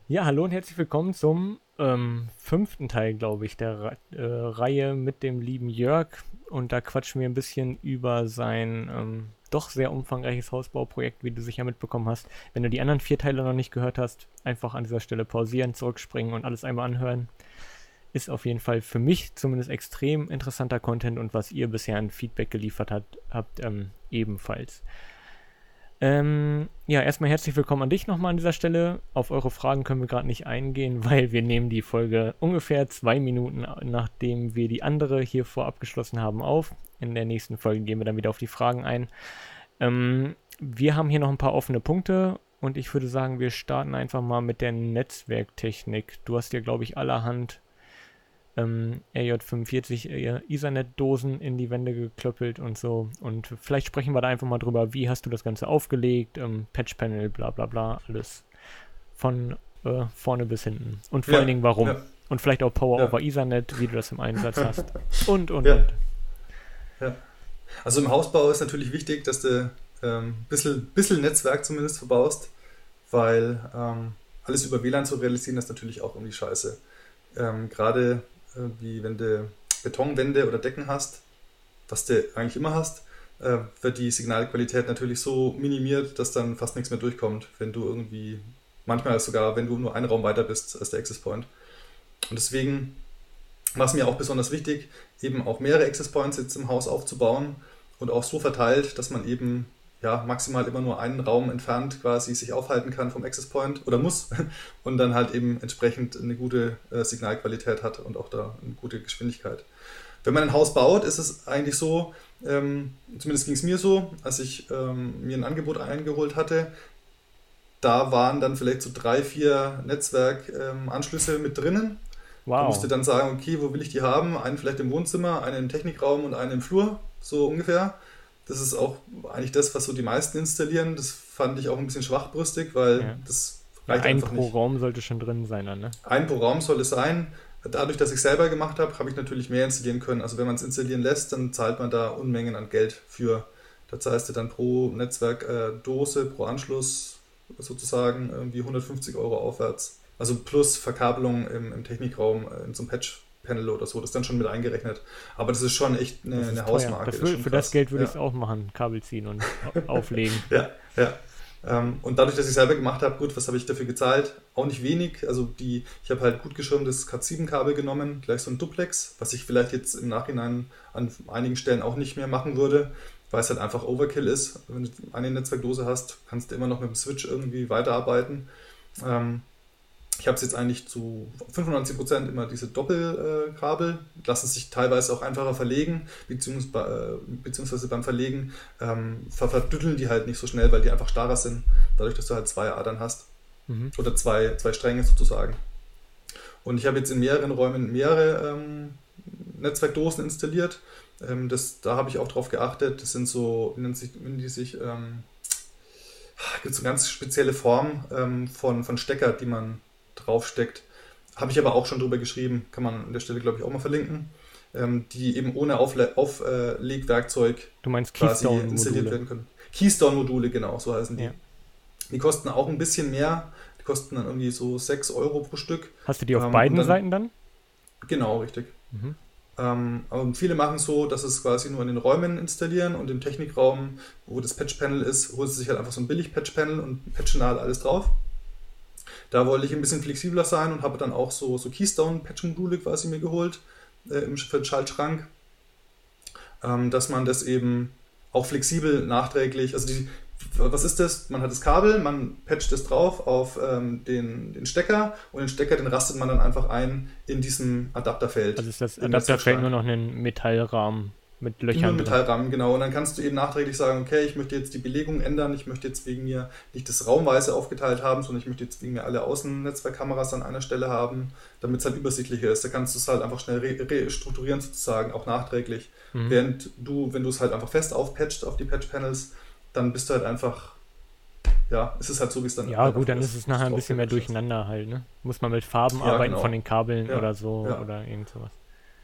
Ja, hallo und herzlich willkommen zum fünften Teil, glaube ich, der Reihe mit dem lieben Jörg. Und da quatschen wir ein bisschen über sein doch sehr umfangreiches Hausbauprojekt, wie du sicher mitbekommen hast. Wenn du die anderen 4 Teile noch nicht gehört hast, einfach an dieser Stelle pausieren, zurückspringen und alles einmal anhören. Ist auf jeden Fall für mich zumindest extrem interessanter Content und was ihr bisher an Feedback geliefert habt, ebenfalls. Ja, erstmal herzlich willkommen an dich nochmal an dieser Stelle. Auf eure Fragen können wir gerade nicht eingehen, weil wir nehmen die Folge ungefähr 2 Minuten, nachdem wir die andere hier abgeschlossen haben, auf. In der nächsten Folge gehen wir dann wieder auf die Fragen ein. Wir haben hier noch ein paar offene Punkte und ich würde sagen, wir starten einfach mal mit der Netzwerktechnik. Du hast dir, glaube ich, allerhand RJ45 Ethernet-Dosen in die Wände geklöppelt und so. Und vielleicht sprechen wir da einfach mal drüber, wie hast du das Ganze aufgelegt, Patch-Panel, bla bla bla, alles von vorne bis hinten. Und vor allen Dingen warum. Ja, Und vielleicht auch Power ja, over Ethernet, wie du das im Einsatz hast. Und. ja, ja. Also im Hausbau ist natürlich wichtig, dass du bisschen Netzwerk zumindest verbaust, weil alles über WLAN zu realisieren, ist natürlich auch irgendwie scheiße. Gerade wie wenn du Betonwände oder Decken hast, was du eigentlich immer hast, wird die Signalqualität natürlich so minimiert, dass dann fast nichts mehr durchkommt, wenn du irgendwie, manchmal sogar, wenn du nur einen Raum weiter bist als der Access Point. Und deswegen war es mir auch besonders wichtig, eben auch mehrere Access Points jetzt im Haus aufzubauen und auch so verteilt, dass man eben ja, maximal immer nur einen Raum entfernt quasi sich aufhalten kann vom Access Point oder muss und dann halt eben entsprechend eine gute Signalqualität hat und auch da eine gute Geschwindigkeit. Wenn man ein Haus baut, ist es eigentlich so, zumindest ging es mir so, als ich mir ein Angebot eingeholt hatte, da waren dann vielleicht so 3, 4 Netzwerkanschlüsse mit drinnen. Da musste Wow. dann sagen, okay, wo will ich die haben? Einen vielleicht im Wohnzimmer, einen im Technikraum und einen im Flur, so ungefähr. Das ist auch eigentlich das, was so die meisten installieren. Das fand ich auch ein bisschen schwachbrüstig, weil Ja. das Ja, reicht ein einfach pro nicht. Raum sollte schon drin sein dann, ne? Ein pro Raum soll es sein. Dadurch, dass ich selber gemacht habe, habe ich natürlich mehr installieren können. Also wenn man es installieren lässt, dann zahlt man da Unmengen an Geld für. Das heißt dann pro Netzwerkdose, pro Anschluss sozusagen irgendwie 150 € aufwärts. Also plus Verkabelung im Technikraum in so einem Patch-Panel oder so, das ist dann schon mit eingerechnet. Aber das ist schon echt Das eine ist teuer. Hausmarke, Das das ist schon für das krass. Geld würde ich Ja. es auch machen. Kabel ziehen und auflegen. Ja, ja. Und dadurch, dass ich selber gemacht habe, gut, was habe ich dafür gezahlt? Auch nicht wenig. Also ich habe halt gut geschirmtes Cat7-Kabel genommen, gleich so ein Duplex, was ich vielleicht jetzt im Nachhinein an einigen Stellen auch nicht mehr machen würde, weil es halt einfach Overkill ist. Wenn du eine Netzwerkdose hast, kannst du immer noch mit dem Switch irgendwie weiterarbeiten. Ähm, Ich habe es jetzt eigentlich zu 95% immer diese Doppelkabel, lassen sich teilweise auch einfacher verlegen, beziehungsweise beim Verlegen verdütteln die halt nicht so schnell, weil die einfach starrer sind, dadurch, dass du halt 2 Adern hast Mhm. oder zwei Stränge sozusagen. Und ich habe jetzt in mehreren Räumen mehrere Netzwerkdosen installiert. Da habe ich auch drauf geachtet, das sind so, nennen die sich, gibt es eine ganz spezielle Form von Stecker, die man draufsteckt. Habe ich aber auch schon drüber geschrieben, kann man an der Stelle, glaube ich, auch mal verlinken, die eben ohne Auflegwerkzeug Du meinst quasi installiert Keystone-Module. werden können. Keystone-Module, genau, so heißen die. Ja. Die kosten auch ein bisschen mehr. Die kosten dann irgendwie so 6 € pro Stück. Hast du die auf Und beiden dann, Seiten dann? genau, richtig. Mhm. Aber viele machen so, dass es quasi nur in den Räumen installieren und im Technikraum, wo das Patch-Panel ist, holt sie sich halt einfach so ein Billig-Patch-Panel und patchen da halt alles drauf. Da wollte ich ein bisschen flexibler sein und habe dann auch so Keystone-Patch-Module quasi mir geholt für den Schaltschrank, dass man das eben auch flexibel nachträglich, was ist das? Man hat das Kabel, man patcht es drauf auf den Stecker und den Stecker, den rastet man dann einfach ein in diesem Adapterfeld Also ist das im Adapterfeld nur Netzwerkschrank. noch ein Metallrahmen mit Nur ein Löchern drin. Metallrahmen, genau. Und dann kannst du eben nachträglich sagen, okay, ich möchte jetzt die Belegung ändern, ich möchte jetzt wegen mir nicht das raumweise aufgeteilt haben, sondern ich möchte jetzt wegen mir alle Außennetzwerkkameras an einer Stelle haben, damit es halt übersichtlicher ist. Da kannst du es halt einfach schnell restrukturieren sozusagen, auch nachträglich. Mhm. Wenn du es halt einfach fest aufpatcht auf die Patch-Panels, dann bist du halt einfach, ja, es ist halt so, wie es dann Ja, halt gut, einfach dann ist ist, es wie nachher es ein drauf bisschen mehr gepatcht hast. durcheinander halt, ne? Muss man mit Farben Ja, arbeiten von genau. den Kabeln Ja, oder so ja. oder irgend sowas.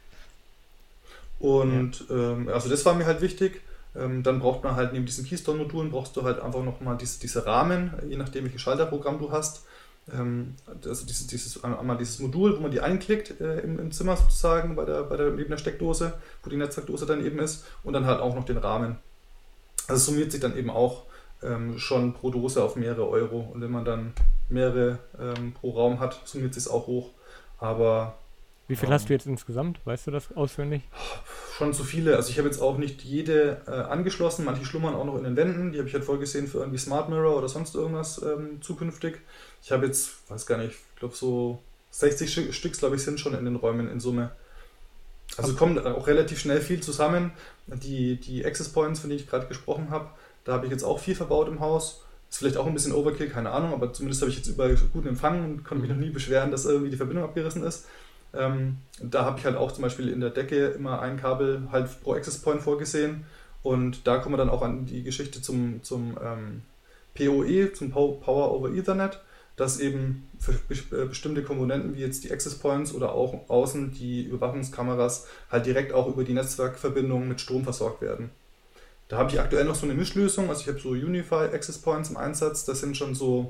Ja. Und also das war mir halt wichtig. Dann braucht man halt neben diesen Keystone-Modulen brauchst du halt einfach nochmal diese Rahmen, je nachdem welches Schalterprogramm du hast. Also einmal dieses Modul, wo man die einklickt im Zimmer sozusagen neben der Steckdose, wo die Netzwerkdose dann eben ist, und dann halt auch noch den Rahmen. Also summiert sich dann eben auch schon pro Dose auf mehrere Euro, und wenn man dann mehrere pro Raum hat, summiert sich es auch hoch. Aber wie viel hast du jetzt insgesamt? Weißt du das auswendig? schon zu viele. Also ich habe jetzt auch nicht jede angeschlossen. Manche schlummern auch noch in den Wänden. Die habe ich halt vorgesehen für irgendwie Smart Mirror oder sonst irgendwas zukünftig. Ich habe jetzt, weiß gar nicht, ich glaube so 60 Stück, glaube ich, sind schon in den Räumen in Summe. Also kommt auch relativ schnell viel zusammen. Die Access Points, von denen ich gerade gesprochen habe, da habe ich jetzt auch viel verbaut im Haus. Ist vielleicht auch ein bisschen Overkill, keine Ahnung, aber zumindest habe ich jetzt überall guten Empfang und konnte mich noch nie beschweren, dass irgendwie die Verbindung abgerissen ist. Da habe ich halt auch zum Beispiel in der Decke immer ein Kabel halt pro Access Point vorgesehen, und da kommen wir dann auch an die Geschichte zum PoE, zum Power over Ethernet, dass eben für bestimmte Komponenten wie jetzt die Access Points oder auch außen die Überwachungskameras halt direkt auch über die Netzwerkverbindung mit Strom versorgt werden. Da habe ich aktuell noch so eine Mischlösung, also ich habe so Unify Access Points im Einsatz, das sind schon so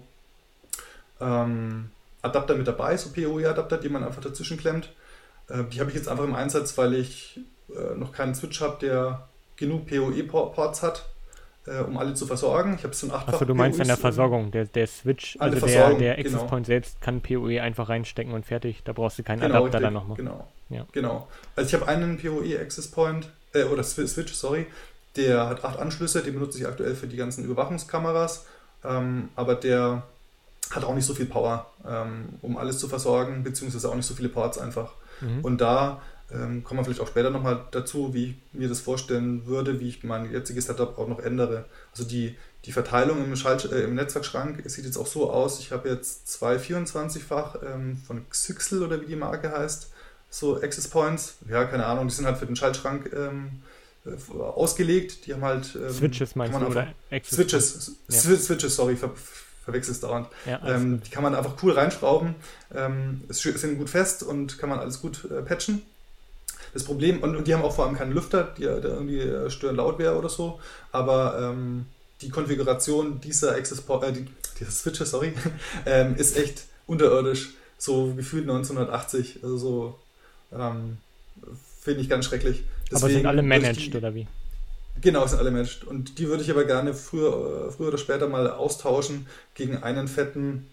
Adapter mit dabei, so PoE-Adapter, die man einfach dazwischen klemmt. Die habe ich jetzt einfach im Einsatz, weil ich noch keinen Switch habe, der genug PoE-Ports hat, um alle zu versorgen. Ich habe so ein 8-fach. Achso, du meinst an der Versorgung, der Switch, also der Access Point selbst kann PoE einfach reinstecken und fertig. Da brauchst du keinen Adapter dann nochmal. Genau. Also ich habe einen PoE Access Point, oder Switch, sorry, der hat 8 Anschlüsse, den benutze ich aktuell für die ganzen Überwachungskameras, aber der hat auch nicht so viel Power, um alles zu versorgen, beziehungsweise auch nicht so viele Ports einfach. Und da kommen wir vielleicht auch später nochmal dazu, wie ich mir das vorstellen würde, wie ich mein jetziges Setup auch noch ändere. Also die Verteilung im Netzwerkschrank sieht jetzt auch so aus, ich habe jetzt 2 24-fach von Xyxel oder wie die Marke heißt, so Access Points, ja, keine Ahnung, die sind halt für den Schaltschrank ausgelegt, die haben halt Switches meinst du, oder Access Switches, sorry, verwechselst dauernd. Ja, die kann man einfach cool reinschrauben, sind gut fest und kann man alles gut patchen. Das Problem, und die haben auch vor allem keinen Lüfter, der irgendwie störend laut wäre oder so, aber die Konfiguration dieser dieser Switches, ist echt unterirdisch, so gefühlt 1980, also so finde ich ganz schrecklich. Deswegen, aber sind alle managed, oder wie? Genau, sind alle managed. Und die würde ich aber gerne früher oder später mal austauschen gegen einen fetten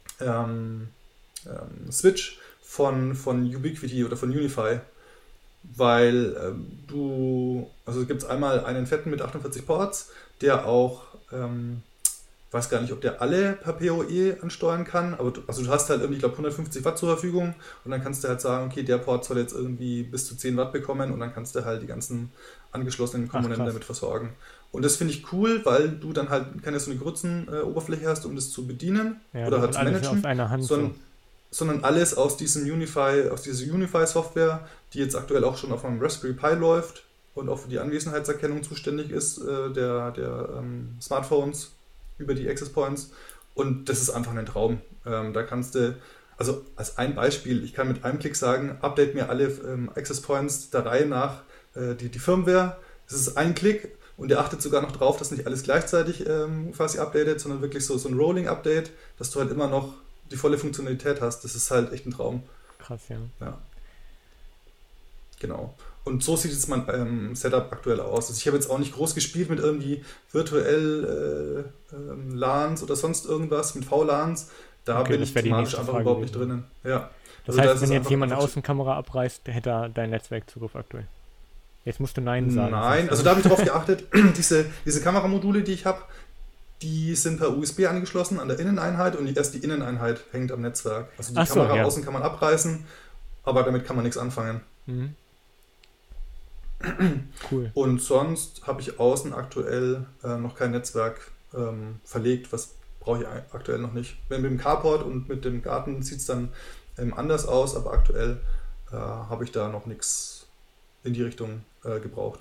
Switch von Ubiquiti oder von Unify. Weil also gibt es einmal einen fetten mit 48 Ports, der auch, weiß gar nicht, ob der alle per PoE ansteuern kann, aber du hast halt irgendwie, ich glaube, 150 Watt zur Verfügung, und dann kannst du halt sagen, okay, der Port soll jetzt irgendwie bis zu 10 Watt bekommen, und dann kannst du halt die ganzen angeschlossenen Komponenten damit versorgen. Und das finde ich cool, weil du dann halt keine so eine Grützen-Oberfläche hast, um das zu bedienen oder halt zu managen, auf einer Hand sondern alles aus dieser Unify-Software, die jetzt aktuell auch schon auf einem Raspberry Pi läuft und auch für die Anwesenheitserkennung zuständig ist, der Smartphones über die Access Points. Und das ist einfach ein Traum. Da kannst du, also als ein Beispiel, ich kann mit einem Klick sagen, update mir alle Access Points der Reihe nach die Firmware. Das ist ein Klick, und der achtet sogar noch drauf, dass nicht alles gleichzeitig quasi updatet, sondern wirklich so ein Rolling-Update, dass du halt immer noch die volle Funktionalität hast. Das ist halt echt ein Traum. Krass, ja. Genau. Und so sieht jetzt mein Setup aktuell aus. Also ich habe jetzt auch nicht groß gespielt mit irgendwie virtuell LANs oder sonst irgendwas, mit VLANs. Da bin ich thematisch einfach überhaupt nicht drinnen. Ja. Das heißt, wenn jetzt jemand eine Außenkamera abreißt, hätte er deinen Netzwerkzugriff aktuell. Jetzt musst du Nein sagen. Nein, also da habe ich darauf geachtet, diese Kameramodule, die ich habe, die sind per USB angeschlossen an der Inneneinheit, und erst die Inneneinheit hängt am Netzwerk. Also die Kamera außen kann man abreißen, aber damit kann man nichts anfangen. Cool. Und sonst habe ich außen aktuell noch kein Netzwerk verlegt. Was brauche ich aktuell noch nicht. Mit dem Carport und mit dem Garten sieht es dann anders aus, aber aktuell habe ich da noch nichts in die Richtung gebraucht.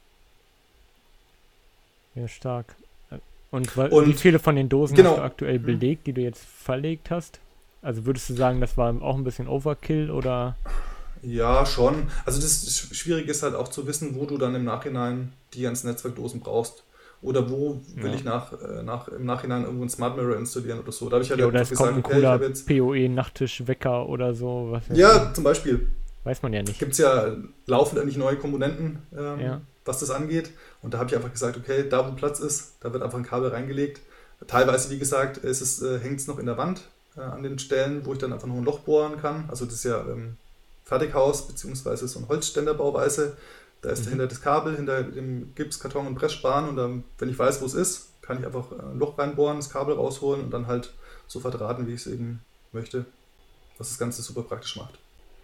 Ja, stark. Und wie viele von den Dosen hast du aktuell belegt, die du jetzt verlegt hast? Also würdest du sagen, das war auch ein bisschen Overkill, oder? Ja, schon. Also das Schwierige ist halt auch zu wissen, wo du dann im Nachhinein die ganzen Netzwerkdosen brauchst. oder wo will ich im Nachhinein irgendwo ein Smart Mirror installieren oder so. Da habe ich halt Ja, oder einfach es kommt gesagt, ein cooler jetzt PoE-Nachttischwecker oder so. Was weiß ja, ich. zum Beispiel. Weiß man ja nicht. Gibt es ja laufend eigentlich neue Komponenten, Ja. was das angeht. Und da habe ich einfach gesagt, okay, da wo Platz ist, da wird einfach ein Kabel reingelegt. Teilweise, wie gesagt, hängt es noch in der Wand an den Stellen, wo ich dann einfach nur ein Loch bohren kann. Also das ist ja Fertighaus, beziehungsweise so eine Holzständerbauweise. Da ist dahinter das Kabel, hinter dem Gipskarton und Pressspan. Und dann, wenn ich weiß, wo es ist, kann ich einfach ein Loch reinbohren, das Kabel rausholen und dann halt so verdrahten, wie ich es eben möchte. Was das Ganze super praktisch macht.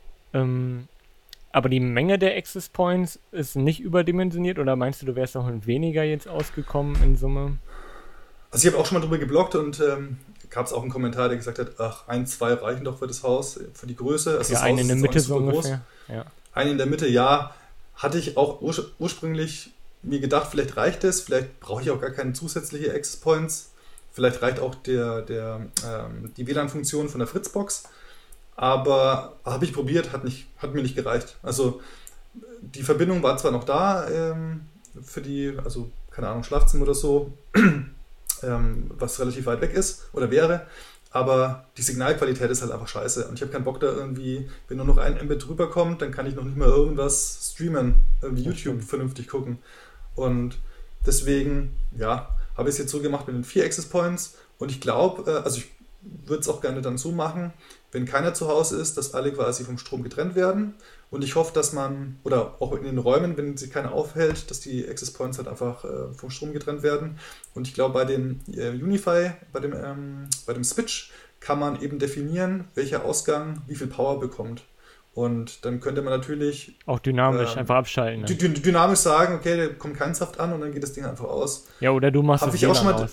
Aber die Menge der Access Points ist nicht überdimensioniert, oder meinst du wärst auch mit weniger jetzt ausgekommen in Summe? Also ich habe auch schon mal drüber gebloggt und gab es auch einen Kommentar, der gesagt hat, ach, 1, 2 reichen doch für das Haus, für die Größe. Also ja, das eine Haus in der ist Mitte auch so nicht super ungefähr. Ja. Eine in der Mitte, ja, hatte ich auch ursprünglich mir gedacht, vielleicht reicht es, vielleicht brauche ich auch gar keine zusätzliche Access Points, vielleicht reicht auch die WLAN-Funktion von der Fritzbox. Aber habe ich probiert, hat mir nicht gereicht. Also die Verbindung war zwar noch da für die, also keine Ahnung, Schlafzimmer oder so, was relativ weit weg ist oder wäre, aber die Signalqualität ist halt einfach scheiße. Und ich habe keinen Bock da irgendwie, wenn nur noch ein Mbit drüber kommt, dann kann ich noch nicht mal irgendwas streamen, irgendwie YouTube vernünftig gucken. Und deswegen, ja, habe ich es jetzt so gemacht mit den 4 Access Points und ich glaube, also ich würde es auch gerne dann so machen, wenn keiner zu Hause ist, dass alle quasi vom Strom getrennt werden. Und ich hoffe, dass man, oder auch in den Räumen, wenn sich keiner aufhält, dass die Access Points halt einfach vom Strom getrennt werden. Und ich glaube, bei dem Unify, bei dem Switch, kann man eben definieren, welcher Ausgang wie viel Power bekommt. Und dann könnte man natürlich auch dynamisch einfach abschalten. Ne? Dynamisch sagen, okay, da kommt kein Saft an und dann geht das Ding einfach aus. Ja, oder du machst es WLAN aus.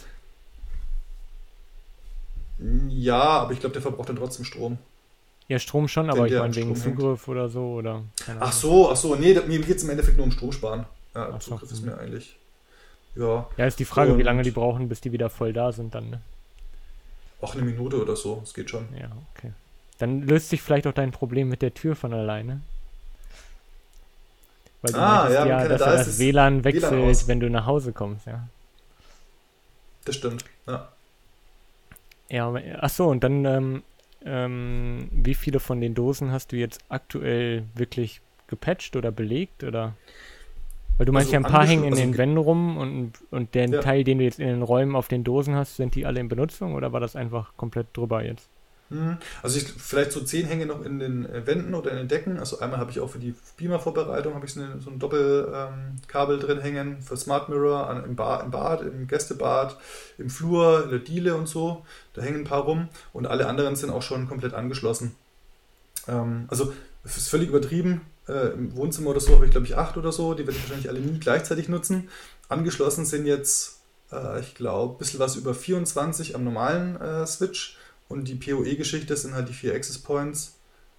Ja, aber ich glaube, der verbraucht dann trotzdem Strom. Ja, Strom schon, aber ich meine wegen Zugriff oder so, oder? Ach so, nee, mir geht es im Endeffekt nur um Strom sparen. Ja, Zugriff ist mir eigentlich, ja. Ja, ist die Frage, wie lange die brauchen, bis die wieder voll da sind dann, ne? Auch eine Minute oder so, das geht schon. Ja, okay. Dann löst sich vielleicht auch dein Problem mit der Tür von alleine. Weil du meintest, dass das WLAN wechselt, wenn du nach Hause kommst, ja. Das stimmt, ja. Ja, achso, und dann, wie viele von den Dosen hast du jetzt aktuell wirklich gepatcht oder belegt, oder? Weil du meinst ja, ein paar hängen in den Wänden rum und der Teil, den du jetzt in den Räumen auf den Dosen hast, sind die alle in Benutzung, oder war das einfach komplett drüber jetzt? Also vielleicht so 10 hängen noch in den Wänden oder in den Decken. Also einmal habe ich auch für die Beamer-Vorbereitung habe ich so ein Doppelkabel drin hängen für Smart Mirror im Bad, im Gästebad, im Flur, in der Diele und so. Da hängen ein paar rum und alle anderen sind auch schon komplett angeschlossen. Also es ist völlig übertrieben. Im Wohnzimmer oder so habe ich glaube ich 8 oder so. Die werde ich wahrscheinlich alle nie gleichzeitig nutzen. Angeschlossen sind jetzt, ich glaube, ein bisschen was über 24 am normalen Switch. Und die PoE-Geschichte sind halt die 4 Access Points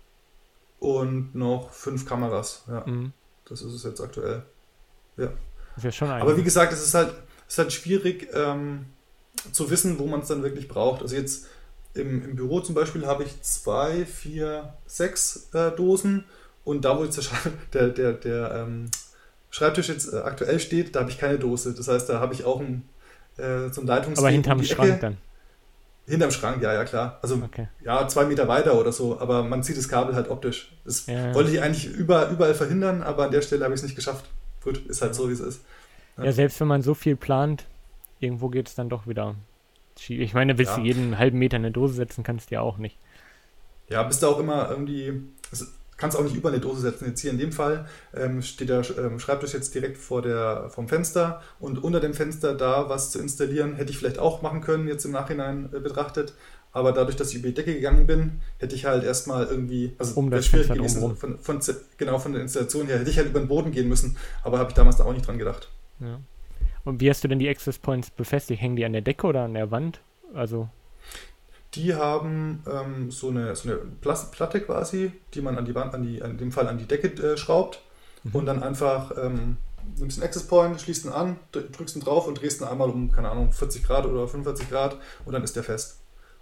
und noch 5 Kameras. Ja, Das ist es jetzt aktuell. Ja. Das ist ja schon aber wie gesagt, es ist halt schwierig zu wissen, wo man es dann wirklich braucht. Also jetzt im Büro zum Beispiel habe ich 2, 4, 6 Dosen und da, wo jetzt der Schreibtisch jetzt aktuell steht, da habe ich keine Dose. Das heißt, da habe ich auch so ein Leitungsweg. Aber hinterm Schrank dann? Hinterm Schrank, ja, klar. Also, 2 Meter weiter oder so, aber man sieht das Kabel halt optisch. Das wollte ich eigentlich überall verhindern, aber an der Stelle habe ich es nicht geschafft. Gut, ist halt so, wie es ist. Ja, selbst wenn man so viel plant, irgendwo geht es dann doch wieder schief. Ich meine, willst du jeden halben Meter eine Dose setzen, kannst du ja auch nicht. Ja, bist du auch immer irgendwie... Kannst auch nicht über eine Dose setzen. Jetzt hier in dem Fall steht der Schreibtisch jetzt direkt vom Fenster und unter dem Fenster da was zu installieren, hätte ich vielleicht auch machen können, jetzt im Nachhinein betrachtet. Aber dadurch, dass ich über die Decke gegangen bin, hätte ich halt erstmal irgendwie, also das schwierig gewesen, von der Installation her, hätte ich halt über den Boden gehen müssen. Aber habe ich damals da auch nicht dran gedacht. Ja. Und wie hast du denn die Access Points befestigt? Hängen die an der Decke oder an der Wand? Also... Die haben so eine Platte quasi, die man an die Wand, in dem Fall an die Decke schraubt und dann einfach nimmst einen Access Point, schließt ihn an, drückst ihn drauf und drehst ihn einmal um, keine Ahnung, 40 Grad oder 45 Grad und dann ist der fest.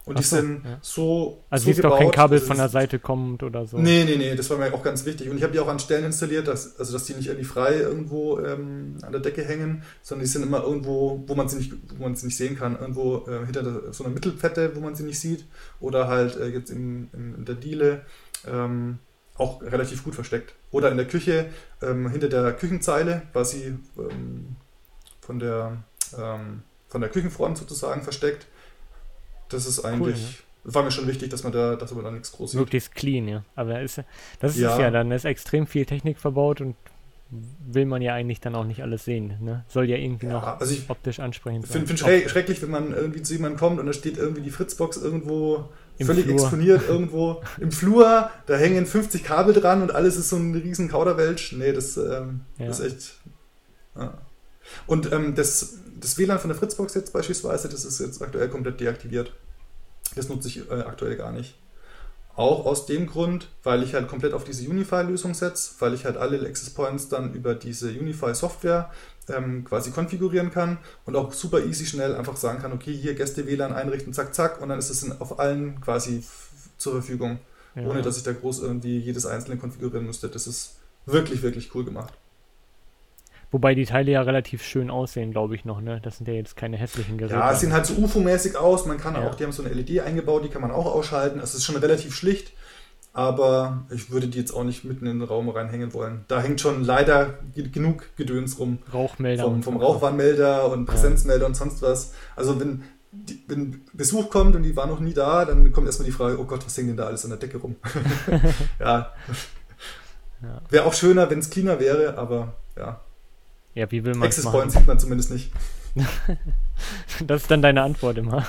Und die sind so Also siehst du auch kein Kabel von der Seite kommt oder so? Nee, das war mir auch ganz wichtig. Und ich habe die auch an Stellen installiert, dass die nicht irgendwie frei irgendwo an der Decke hängen, sondern die sind immer irgendwo, wo man sie nicht sehen kann. Irgendwo hinter so einer Mittelpfette, wo man sie nicht sieht. Oder halt jetzt in der Diele auch relativ gut versteckt. Oder in der Küche, hinter der Küchenzeile, quasi von der Küchenfront sozusagen versteckt. Das ist eigentlich, cool, ja. War mir schon wichtig, dass man da nichts groß sieht. Möglichst clean, ja. Aber dann ist extrem viel Technik verbaut und will man ja eigentlich dann auch nicht alles sehen. Ne? Soll ja irgendwie noch optisch ansprechend sein. Ich finde schrecklich, wenn man irgendwie zu jemandem kommt und da steht irgendwie die Fritzbox irgendwo völlig exponiert, irgendwo im Flur, da hängen 50 Kabel dran und alles ist so ein riesen Kauderwelsch. Nee, das ist echt... Ja. Und das WLAN von der Fritzbox jetzt beispielsweise, das ist jetzt aktuell komplett deaktiviert. Das nutze ich aktuell gar nicht. Auch aus dem Grund, weil ich halt komplett auf diese Unify-Lösung setze, weil ich halt alle Access Points dann über diese Unify-Software quasi konfigurieren kann und auch super easy schnell einfach sagen kann, okay, hier Gäste-WLAN einrichten, zack, zack, und dann ist es auf allen quasi zur Verfügung, ohne dass ich da groß irgendwie jedes einzelne konfigurieren müsste. Das ist wirklich, wirklich cool gemacht. Wobei die Teile ja relativ schön aussehen, glaube ich noch, ne? Das sind ja jetzt keine hässlichen Geräte. Ja, es sehen halt so UFO-mäßig aus. Man kann auch, die haben so eine LED eingebaut, die kann man auch ausschalten. Es ist schon relativ schlicht, aber ich würde die jetzt auch nicht mitten in den Raum reinhängen wollen. Da hängt schon leider genug Gedöns rum. Rauchmelder. Vom Rauchwarnmelder und Präsenzmelder und sonst was. Also wenn Besuch kommt und die war noch nie da, dann kommt erstmal die Frage, oh Gott, was hängt denn da alles an der Decke rum? Ja. Wäre auch schöner, wenn es cleaner wäre, aber ja. Ja, wie will man Access Points sieht man zumindest nicht. Das ist dann deine Antwort immer.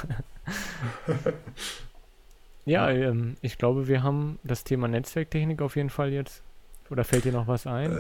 Ja, ich glaube, wir haben das Thema Netzwerktechnik auf jeden Fall jetzt. Oder fällt dir noch was ein?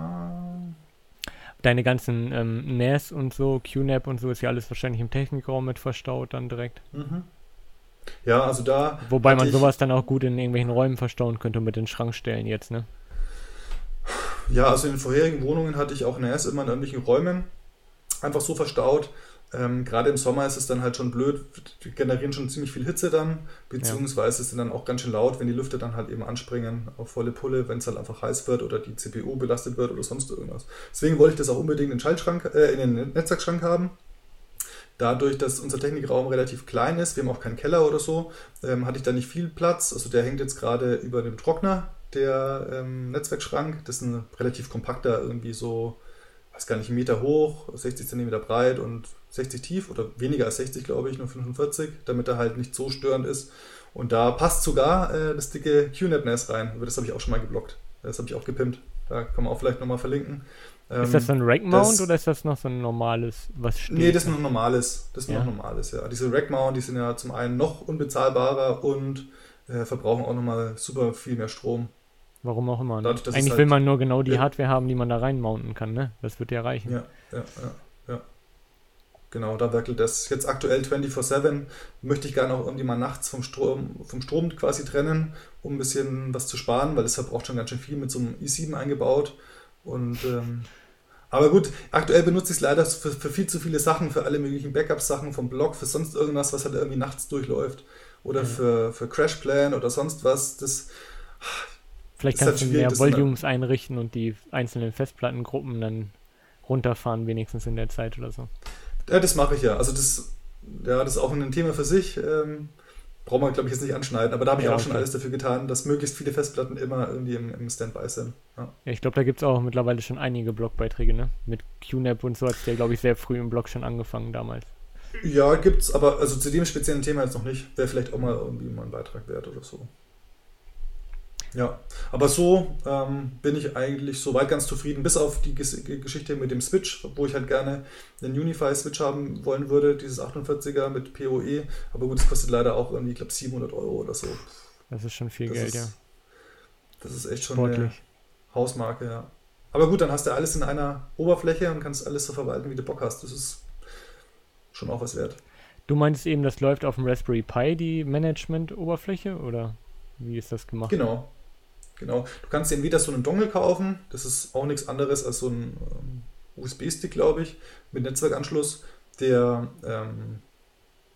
Deine ganzen NAS und so, QNAP und so, ist ja alles wahrscheinlich im Technikraum mit verstaut dann direkt. Mhm. Ja, also da... Wobei man sowas dann auch gut in irgendwelchen Räumen verstauen könnte mit den Schrankstellen jetzt, ne? Ja, also in den vorherigen Wohnungen hatte ich auch NAS immer in irgendwelchen Räumen einfach so verstaut. Gerade im Sommer ist es dann halt schon blöd, die generieren schon ziemlich viel Hitze dann, beziehungsweise sind dann auch ganz schön laut, wenn die Lüfter dann halt eben anspringen auf volle Pulle, wenn es halt einfach heiß wird oder die CPU belastet wird oder sonst irgendwas. Deswegen wollte ich das auch unbedingt in den Netzwerkschrank haben. Dadurch, dass unser Technikraum relativ klein ist, wir haben auch keinen Keller oder so, hatte ich da nicht viel Platz. Also der hängt jetzt gerade über dem Trockner, der Netzwerkschrank. Das ist ein relativ kompakter, irgendwie so, weiß gar nicht, 1 Meter hoch, 60 cm breit und 60 tief oder weniger als 60, glaube ich, nur 45, damit er halt nicht so störend ist. Und da passt sogar das dicke QNAP-NAS rein. Aber das habe ich auch schon mal geblockt. Das habe ich auch gepimpt. Da kann man auch vielleicht nochmal verlinken. Ist das so ein Rack-Mount oder ist das noch so ein normales, was steht? Nee, das ist noch ein normales. Das ist noch normales, ja. Diese Rack-Mount, die sind ja zum einen noch unbezahlbarer und verbrauchen auch nochmal super viel mehr Strom. Warum auch immer. Ne? Dadurch, eigentlich will man nur genau die Hardware haben, die man da reinmounten kann, ne? Das wird ja reichen. Ja. Genau, da werkelt das. Jetzt aktuell 24/7 möchte ich gerne auch irgendwie mal nachts vom Strom quasi trennen, um ein bisschen was zu sparen, weil es verbraucht schon ganz schön viel mit so einem i7 eingebaut. Und aber gut, aktuell benutze ich es leider für viel zu viele Sachen, für alle möglichen Backup-Sachen vom Blog, für sonst irgendwas, was halt irgendwie nachts durchläuft. Oder für Crashplan oder sonst was. Vielleicht kannst du mehr Volumes einrichten und die einzelnen Festplattengruppen dann runterfahren, wenigstens in der Zeit oder so. Ja, das mache ich ja. Also das ist auch ein Thema für sich. Braucht man, glaube ich, jetzt nicht anschneiden, aber da habe ich auch schon alles dafür getan, dass möglichst viele Festplatten immer irgendwie im Standby sind. Ja, ich glaube, da gibt es auch mittlerweile schon einige Blogbeiträge, ne? Mit QNAP und so hat es ja, glaube ich, sehr früh im Blog schon angefangen damals. Ja, gibt's, aber also zu dem speziellen Thema jetzt noch nicht. Wäre vielleicht auch mal irgendwie mal ein Beitrag wert oder so. Ja, aber so bin ich eigentlich soweit ganz zufrieden, bis auf die Geschichte mit dem Switch, wo ich halt gerne einen Unify-Switch haben wollen würde, dieses 48er mit PoE, aber gut, das kostet leider auch irgendwie, ich glaube, 700 € oder so. Das ist schon viel Geld, ja. Das ist echt schon sportlich. Eine Hausmarke, ja. Aber gut, dann hast du alles in einer Oberfläche und kannst alles so verwalten, wie du Bock hast. Das ist schon auch was wert. Du meintest eben, das läuft auf dem Raspberry Pi, die Management-Oberfläche, oder wie ist das gemacht? Genau. Du kannst dir entweder so einen Dongle kaufen, das ist auch nichts anderes als so ein USB-Stick, glaube ich, mit Netzwerkanschluss, der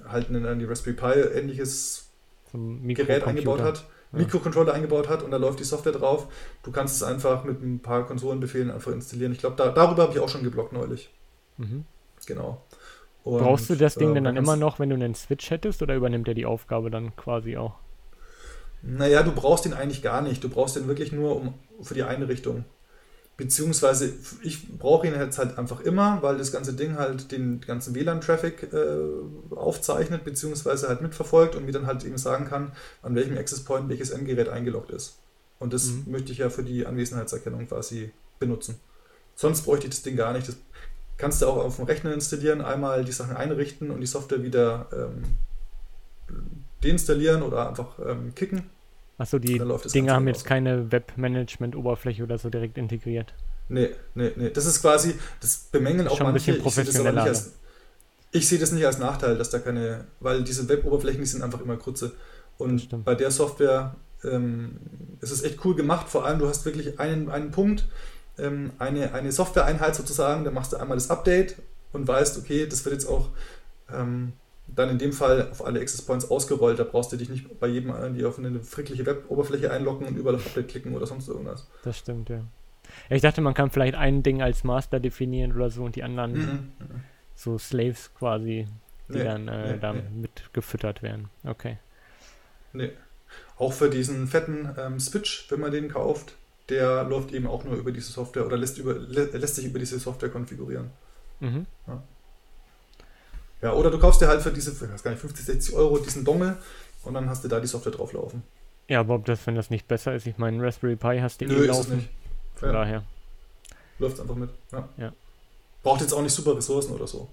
halt an die Raspberry Pi ähnliches Gerät eingebaut hat, Mikrocontroller eingebaut hat und da läuft die Software drauf. Du kannst es einfach mit ein paar Konsolenbefehlen einfach installieren. Ich glaube, darüber habe ich auch schon geblockt neulich. Mhm. Genau. Und, brauchst du das Ding denn dann immer noch, wenn du einen Switch hättest, oder übernimmt er die Aufgabe dann quasi auch? Naja, du brauchst den eigentlich gar nicht. Du brauchst den wirklich nur für die Einrichtung. Beziehungsweise ich brauche ihn jetzt halt einfach immer, weil das ganze Ding halt den ganzen WLAN-Traffic aufzeichnet, beziehungsweise halt mitverfolgt und mir dann halt eben sagen kann, an welchem Access Point welches Endgerät eingeloggt ist. Und das möchte ich ja für die Anwesenheitserkennung quasi benutzen. Sonst bräuchte ich das Ding gar nicht. Das kannst du auch auf dem Rechner installieren, einmal die Sachen einrichten und die Software wieder deinstallieren oder einfach kicken. Achso, die Dinger haben jetzt keine Webmanagement-Oberfläche oder so direkt integriert. Nee. Das ist quasi, das bemängeln auch manche. Ich sehe das nicht als Nachteil, dass da keine, weil diese Web-Oberflächen, die sind einfach immer kurze. Und bei der Software ist es echt cool gemacht. Vor allem, du hast wirklich einen Punkt, eine Software-Einheit sozusagen, da machst du einmal das Update und weißt, okay, das wird jetzt auch dann in dem Fall auf alle Access Points ausgerollt. Da brauchst du dich nicht bei jedem auf eine frickliche Web-Oberfläche einloggen und überall auf Update klicken oder sonst irgendwas. Das stimmt, ja. Ich dachte, man kann vielleicht ein Ding als Master definieren oder so und die anderen so Slaves quasi, die mit gefüttert werden. Okay. Nee. Auch für diesen fetten Switch, wenn man den kauft, der läuft eben auch nur über diese Software oder lässt sich über diese Software konfigurieren. Mhm. Ja, oder du kaufst dir halt für diese, ich weiß gar nicht, 50, 60 Euro diesen Dongle und dann hast du da die Software drauf laufen. Ja, aber wenn das nicht besser ist, ich meine, Raspberry Pi hast du laufen. Ist es nicht. Von daher. Läuft einfach mit. Ja. Braucht jetzt auch nicht super Ressourcen oder so.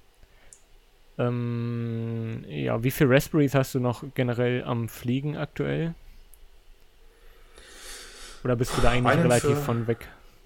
Wie viele Raspberries hast du noch generell am Fliegen aktuell? Oder bist du da eigentlich relativ von weg?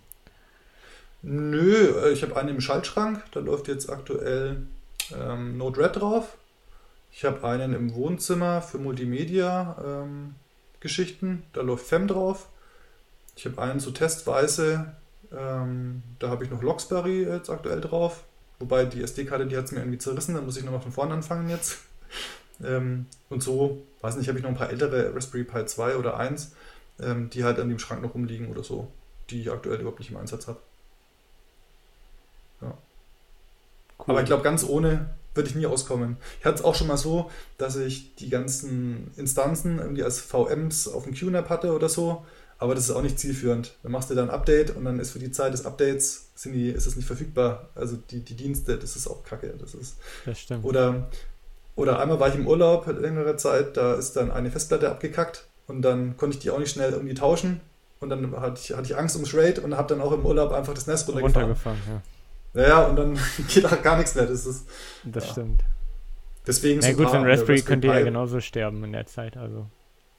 Nö, ich habe einen im Schaltschrank, da läuft jetzt aktuell Node-RED drauf. Ich habe einen im Wohnzimmer für Multimedia-Geschichten, da läuft FEM drauf. Ich habe einen so testweise, da habe ich noch Loxberry jetzt aktuell drauf. Wobei die SD-Karte, die hat es mir irgendwie zerrissen, da muss ich nochmal von vorne anfangen jetzt. Und so, weiß nicht, habe ich noch ein paar ältere Raspberry Pi 2 oder 1, die halt an dem Schrank noch rumliegen oder so, die ich aktuell überhaupt nicht im Einsatz habe. Ja. Cool. Aber ich glaube, ganz ohne würde ich nie auskommen. Ich hatte es auch schon mal so, dass ich die ganzen Instanzen irgendwie als VMs auf dem QNAP hatte oder so, aber das ist auch nicht zielführend. Dann machst du da ein Update und dann ist für die Zeit des Updates ist es nicht verfügbar. Also die Dienste, das ist auch kacke. Das stimmt. Oder einmal war ich im Urlaub längere Zeit, da ist dann eine Festplatte abgekackt und dann konnte ich die auch nicht schnell irgendwie tauschen und dann hatte ich Angst ums RAID und habe dann auch im Urlaub einfach das NAS runtergefahren. Ja, und dann geht auch gar nichts mehr. Das stimmt. Deswegen so gut, so ein Raspberry könnte ja genauso sterben in der Zeit. Also.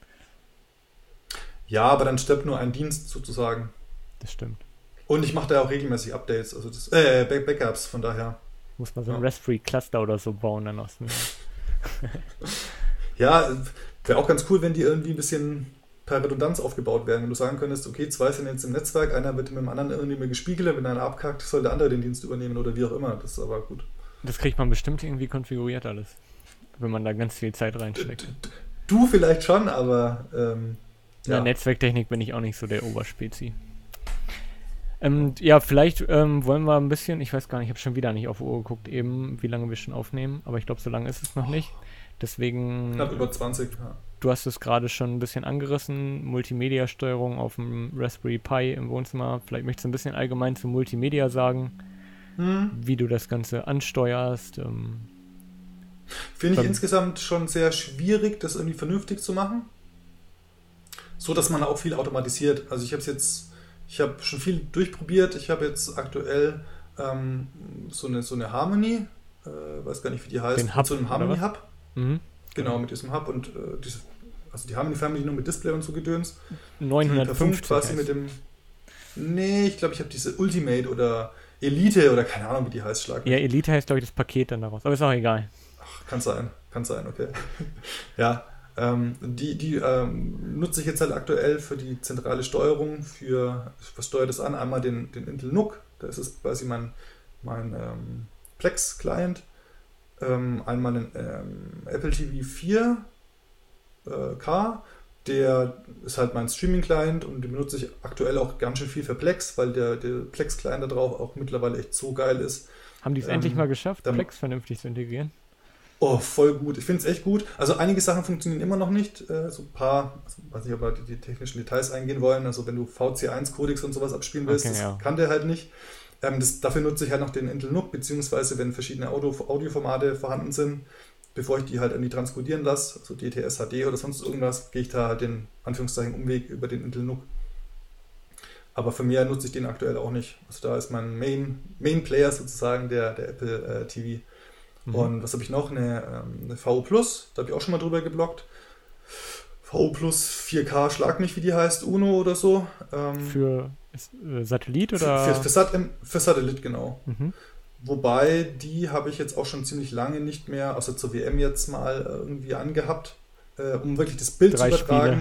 Ja, aber dann stirbt nur ein Dienst sozusagen. Das stimmt. Und ich mache da auch regelmäßig Updates, also Backups, von daher. Muss man so ein Raspberry-Cluster oder so bauen dann aus. Ja, wäre auch ganz cool, wenn die irgendwie ein bisschen per Redundanz aufgebaut werden. Wenn du sagen könntest, okay, 2 sind jetzt im Netzwerk, einer wird mit dem anderen irgendwie mehr gespiegelt, wenn einer abkackt, soll der andere den Dienst übernehmen oder wie auch immer. Das ist aber gut. Das kriegt man bestimmt irgendwie konfiguriert alles, wenn man da ganz viel Zeit reinsteckt. Du vielleicht schon, aber ja, Netzwerktechnik bin ich auch nicht so der Oberspezi. Vielleicht wollen wir ein bisschen, ich weiß gar nicht, ich habe schon wieder nicht auf die Uhr geguckt, eben, wie lange wir schon aufnehmen, aber ich glaube, so lange ist es noch nicht. Deswegen. Knapp über 20, ja. Du hast es gerade schon ein bisschen angerissen, Multimedia-Steuerung auf dem Raspberry Pi im Wohnzimmer. Vielleicht möchtest du ein bisschen allgemein zu Multimedia sagen, wie du das Ganze ansteuerst. Finde ich insgesamt schon sehr schwierig, das irgendwie vernünftig zu machen. So, dass man auch viel automatisiert. Also ich habe schon viel durchprobiert. Ich habe jetzt aktuell so eine Harmony, weiß gar nicht, wie die heißt, den Hub, so einem Harmony-Hub. Mhm. Genau, mit diesem Hub und die Harmony Family nur mit Display und so Gedöns. 950 quasi mit dem. Nee, ich glaube, ich habe diese Ultimate oder Elite oder keine Ahnung, wie die heißt, Ja, Elite heißt, glaube ich, das Paket dann daraus. Aber ist auch egal. Ach, kann sein, okay. Ja, die nutze ich jetzt halt aktuell für die zentrale Steuerung. Was steuert das an? Einmal den Intel NUC, da ist es quasi mein Plex-Client. Einmal den Apple TV 4K, der ist halt mein Streaming-Client und den benutze ich aktuell auch ganz schön viel für Plex, weil der Plex-Client da drauf auch mittlerweile echt so geil ist. Haben die es endlich mal geschafft, Plex vernünftig zu integrieren? Oh, voll gut. Ich finde es echt gut. Also einige Sachen funktionieren immer noch nicht. So ein paar, also weiß nicht, ob wir die technischen Details eingehen wollen. Also wenn du VC1-Codecs und sowas abspielen willst, okay, das kann der halt nicht. Dafür nutze ich halt noch den Intel NUC, beziehungsweise wenn verschiedene Audioformate vorhanden sind, bevor ich die halt irgendwie transkodieren lasse, also DTS, HD oder sonst irgendwas, gehe ich da halt den Anführungszeichen Umweg über den Intel NUC. Aber für mehr nutze ich den aktuell auch nicht. Also da ist mein Main Player sozusagen der Apple TV. Und was habe ich noch? Eine VO Plus, da habe ich auch schon mal drüber gebloggt. VO Plus 4K, schlag mich, wie die heißt, Uno oder so. Für Satellit oder? Für Satellit, genau. Wobei, die habe ich jetzt auch schon ziemlich lange nicht mehr, außer zur WM jetzt mal irgendwie angehabt, um wirklich das Bild zu übertragen.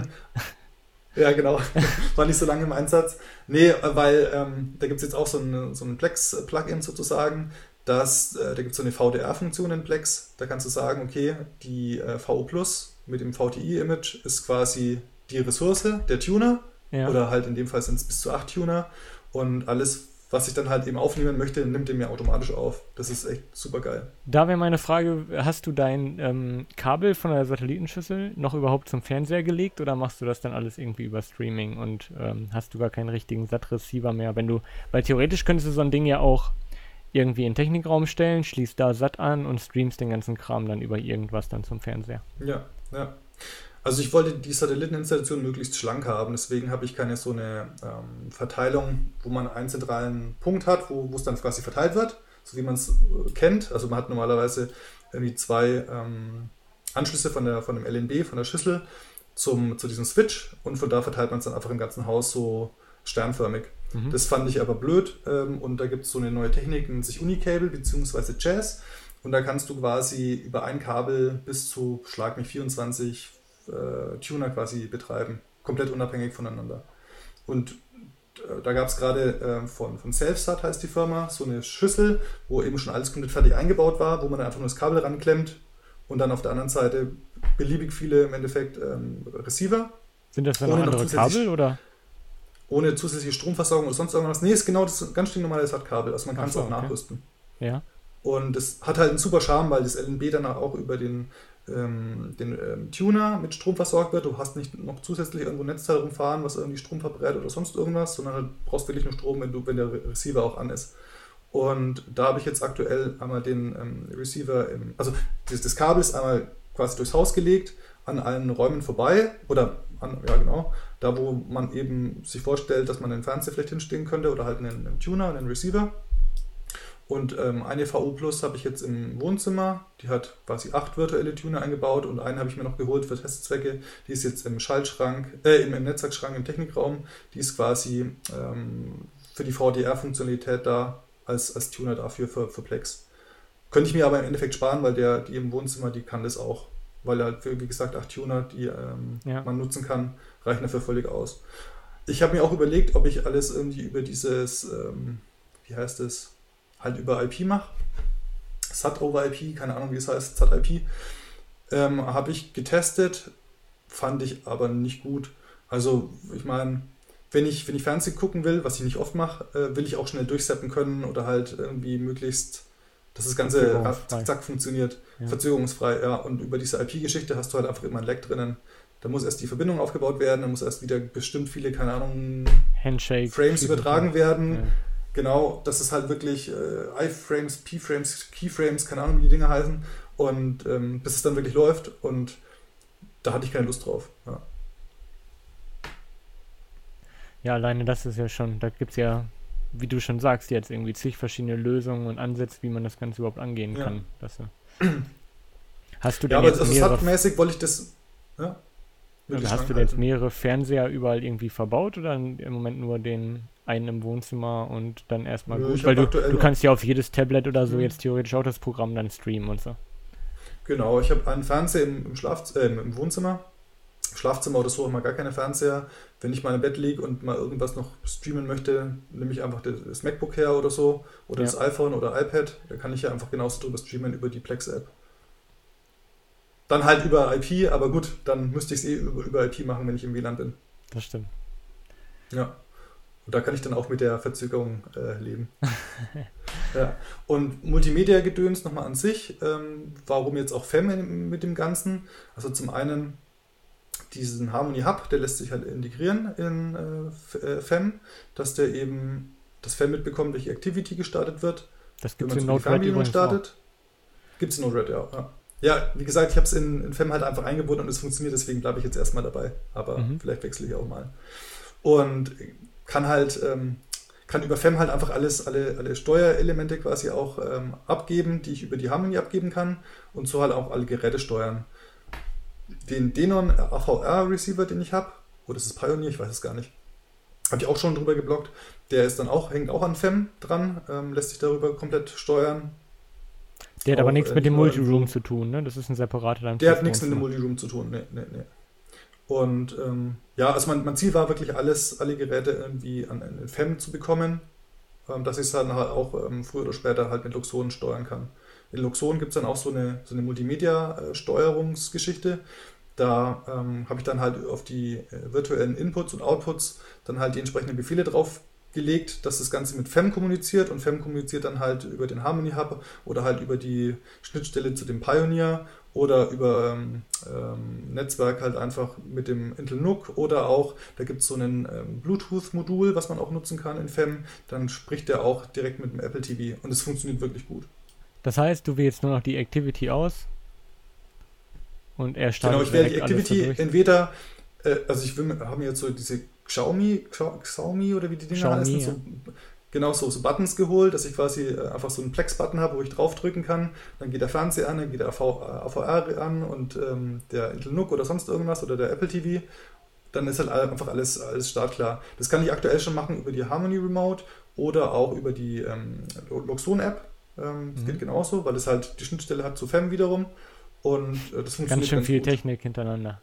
Ja, genau. War nicht so lange im Einsatz. Nee, weil da gibt es jetzt auch so ein Plex-Plugin sozusagen. Da gibt es so eine VDR-Funktion in Plex. Da kannst du sagen, okay, die VO Plus mit dem VTI-Image ist quasi die Ressource, der Tuner. Ja. Oder halt in dem Fall sind es bis zu 8 Tuner. Und alles, was ich dann halt eben aufnehmen möchte, nimmt er mir automatisch auf. Das ist echt super geil. Da wäre meine Frage, hast du dein Kabel von der Satellitenschüssel noch überhaupt zum Fernseher gelegt oder machst du das dann alles irgendwie über Streaming und hast du gar keinen richtigen SAT-Receiver mehr? Weil theoretisch könntest du so ein Ding ja auch irgendwie in den Technikraum stellen, schließt da SAT an und streamst den ganzen Kram dann über irgendwas dann zum Fernseher. Ja. Also ich wollte die Satelliteninstallation möglichst schlank haben, deswegen habe ich keine so eine Verteilung, wo man einen zentralen Punkt hat, wo es dann quasi verteilt wird, so wie man es kennt. Also man hat normalerweise irgendwie 2 Anschlüsse von dem LNB, von der Schüssel zu diesem Switch und von da verteilt man es dann einfach im ganzen Haus so sternförmig. Das fand ich aber blöd und da gibt es so eine neue Technik, nennt sich Unicable bzw. Jazz und da kannst du quasi über ein Kabel bis zu, schlag mich, 24 Tuner quasi betreiben, komplett unabhängig voneinander. Und da gab es gerade von SelfSat heißt die Firma, so eine Schüssel, wo eben schon alles komplett fertig eingebaut war, wo man dann einfach nur das Kabel ranklemmt und dann auf der anderen Seite beliebig viele im Endeffekt Receiver. Sind das dann noch andere Kabel oder? Ohne zusätzliche Stromversorgung oder sonst irgendwas. Nee, ist genau das ganz stinknormale SAT-Kabel. Also man kann es auch nachrüsten. Ja. Und es hat halt einen super Charme, weil das LNB danach auch über den Tuner mit Strom versorgt wird. Du hast nicht noch zusätzlich irgendwo ein Netzteil rumfahren, was irgendwie Strom verbrät oder sonst irgendwas, sondern halt brauchst wirklich nur Strom, wenn der Receiver auch an ist. Und da habe ich jetzt aktuell einmal den Receiver, also das Kabel ist einmal quasi durchs Haus gelegt, an allen Räumen vorbei da wo man eben sich vorstellt, dass man einen Fernseher vielleicht hinstellen könnte oder halt einen Tuner, einen Receiver. Und eine VO Plus habe ich jetzt im Wohnzimmer, die hat quasi 8 virtuelle Tuner eingebaut und einen habe ich mir noch geholt für Testzwecke, die ist jetzt im Schaltschrank, im Netzwerkschrank im Technikraum, die ist quasi für die VDR-Funktionalität da, als Tuner dafür für Plex. Könnte ich mir aber im Endeffekt sparen, weil die im Wohnzimmer, die kann das auch. Weil halt, wie gesagt, 8 Tuner, die man nutzen kann, reichen dafür völlig aus. Ich habe mir auch überlegt, ob ich alles irgendwie über dieses, wie heißt es, halt über IP mache. SAT over IP, keine Ahnung, wie es heißt, SAT IP. Habe ich getestet, fand ich aber nicht gut. Also, ich meine, wenn ich Fernsehen gucken will, was ich nicht oft mache, will ich auch schnell durchseppen können oder halt irgendwie möglichst, dass das Ganze zack funktioniert, verzögerungsfrei. Ja. Und über diese IP-Geschichte hast du halt einfach immer ein Lag drinnen. Da muss erst die Verbindung aufgebaut werden, da muss erst wieder bestimmt viele, keine Ahnung, Handshake, Frames übertragen werden. Ja. Genau, das ist halt wirklich I-Frames, P-Frames, Keyframes, keine Ahnung, wie die Dinge heißen. Und bis es dann wirklich läuft. Und da hatte ich keine Lust drauf. Ja. Ja, alleine das ist ja schon, da gibt es ja, wie du schon sagst, jetzt irgendwie zig verschiedene Lösungen und Ansätze, wie man das Ganze überhaupt angehen kann. Das, hast du denn aber also SAT-mäßig wollte ich das... Ja, hast du denn jetzt mehrere Fernseher überall irgendwie verbaut oder im Moment nur den einen im Wohnzimmer und dann erstmal gut? Weil du kannst ja auf jedes Tablet oder so jetzt theoretisch auch das Programm dann streamen und so. Genau, ich habe einen Fernseher im Wohnzimmer Schlafzimmer oder so haben wir gar keine Fernseher. Wenn ich mal im Bett liege und mal irgendwas noch streamen möchte, nehme ich einfach das MacBook her oder so oder das iPhone oder iPad. Da kann ich ja einfach genauso drüber streamen über die Plex-App. Dann halt über IP, aber gut, dann müsste ich es über IP machen, wenn ich im WLAN bin. Das stimmt. Ja. Und da kann ich dann auch mit der Verzögerung leben. Ja. Und Multimedia-Gedöns nochmal an sich. Warum jetzt auch FEM mit dem Ganzen? Also zum einen diesen Harmony Hub, der lässt sich halt integrieren in FEM, dass der eben das FEM mitbekommt, welche Activity gestartet wird. Das gibt es in Node-RED übrigens startet. Gibt es in Node-RED, ja. Ja, wie gesagt, ich habe es in FEM halt einfach eingebunden und es funktioniert, deswegen bleibe ich jetzt erstmal dabei. Aber vielleicht wechsle ich auch mal. Und kann über FEM halt einfach alle Steuerelemente quasi auch abgeben, die ich über die Harmony abgeben kann und so halt auch alle Geräte steuern. Den Denon AVR-Receiver, den ich habe, oder ist es Pioneer, ich weiß es gar nicht, habe ich auch schon drüber geblockt, der ist dann hängt auch an FEM dran, lässt sich darüber komplett steuern. Der hat aber nichts mit dem Multiroom zu tun, ne? Das ist ein separater dann. Der hat nichts mit dem Multiroom zu tun, nee. Und also mein Ziel war wirklich alle Geräte irgendwie in FEM zu bekommen, dass ich es dann halt auch früher oder später halt mit Luxon steuern kann. In Luxon gibt es dann auch so eine Multimedia-Steuerungsgeschichte. Da habe ich dann halt auf die virtuellen Inputs und Outputs dann halt die entsprechenden Befehle drauf gelegt, dass das Ganze mit FEM kommuniziert und FEM kommuniziert dann halt über den Harmony Hub oder halt über die Schnittstelle zu dem Pioneer oder über Netzwerk halt einfach mit dem Intel NUC oder auch, da gibt es so ein Bluetooth-Modul, was man auch nutzen kann in FEM, dann spricht der auch direkt mit dem Apple TV und es funktioniert wirklich gut. Das heißt, du wählst nur noch die Activity aus und er startet. Genau, ich wähle die Activity entweder, haben jetzt so diese Xiaomi oder wie die Dinger heißen, ja. So Buttons geholt, dass ich quasi einfach so einen Plex-Button habe, wo ich draufdrücken kann. Dann geht der Fernseher an, dann geht der AVR an und der Intel NUC oder sonst irgendwas oder der Apple TV. Dann ist halt einfach alles startklar. Das kann ich aktuell schon machen über die Harmony Remote oder auch über die Luxon-App. Das geht genauso, weil es halt die Schnittstelle hat zu FEM wiederum. Und das funktioniert ganz schön viel gut. Technik hintereinander.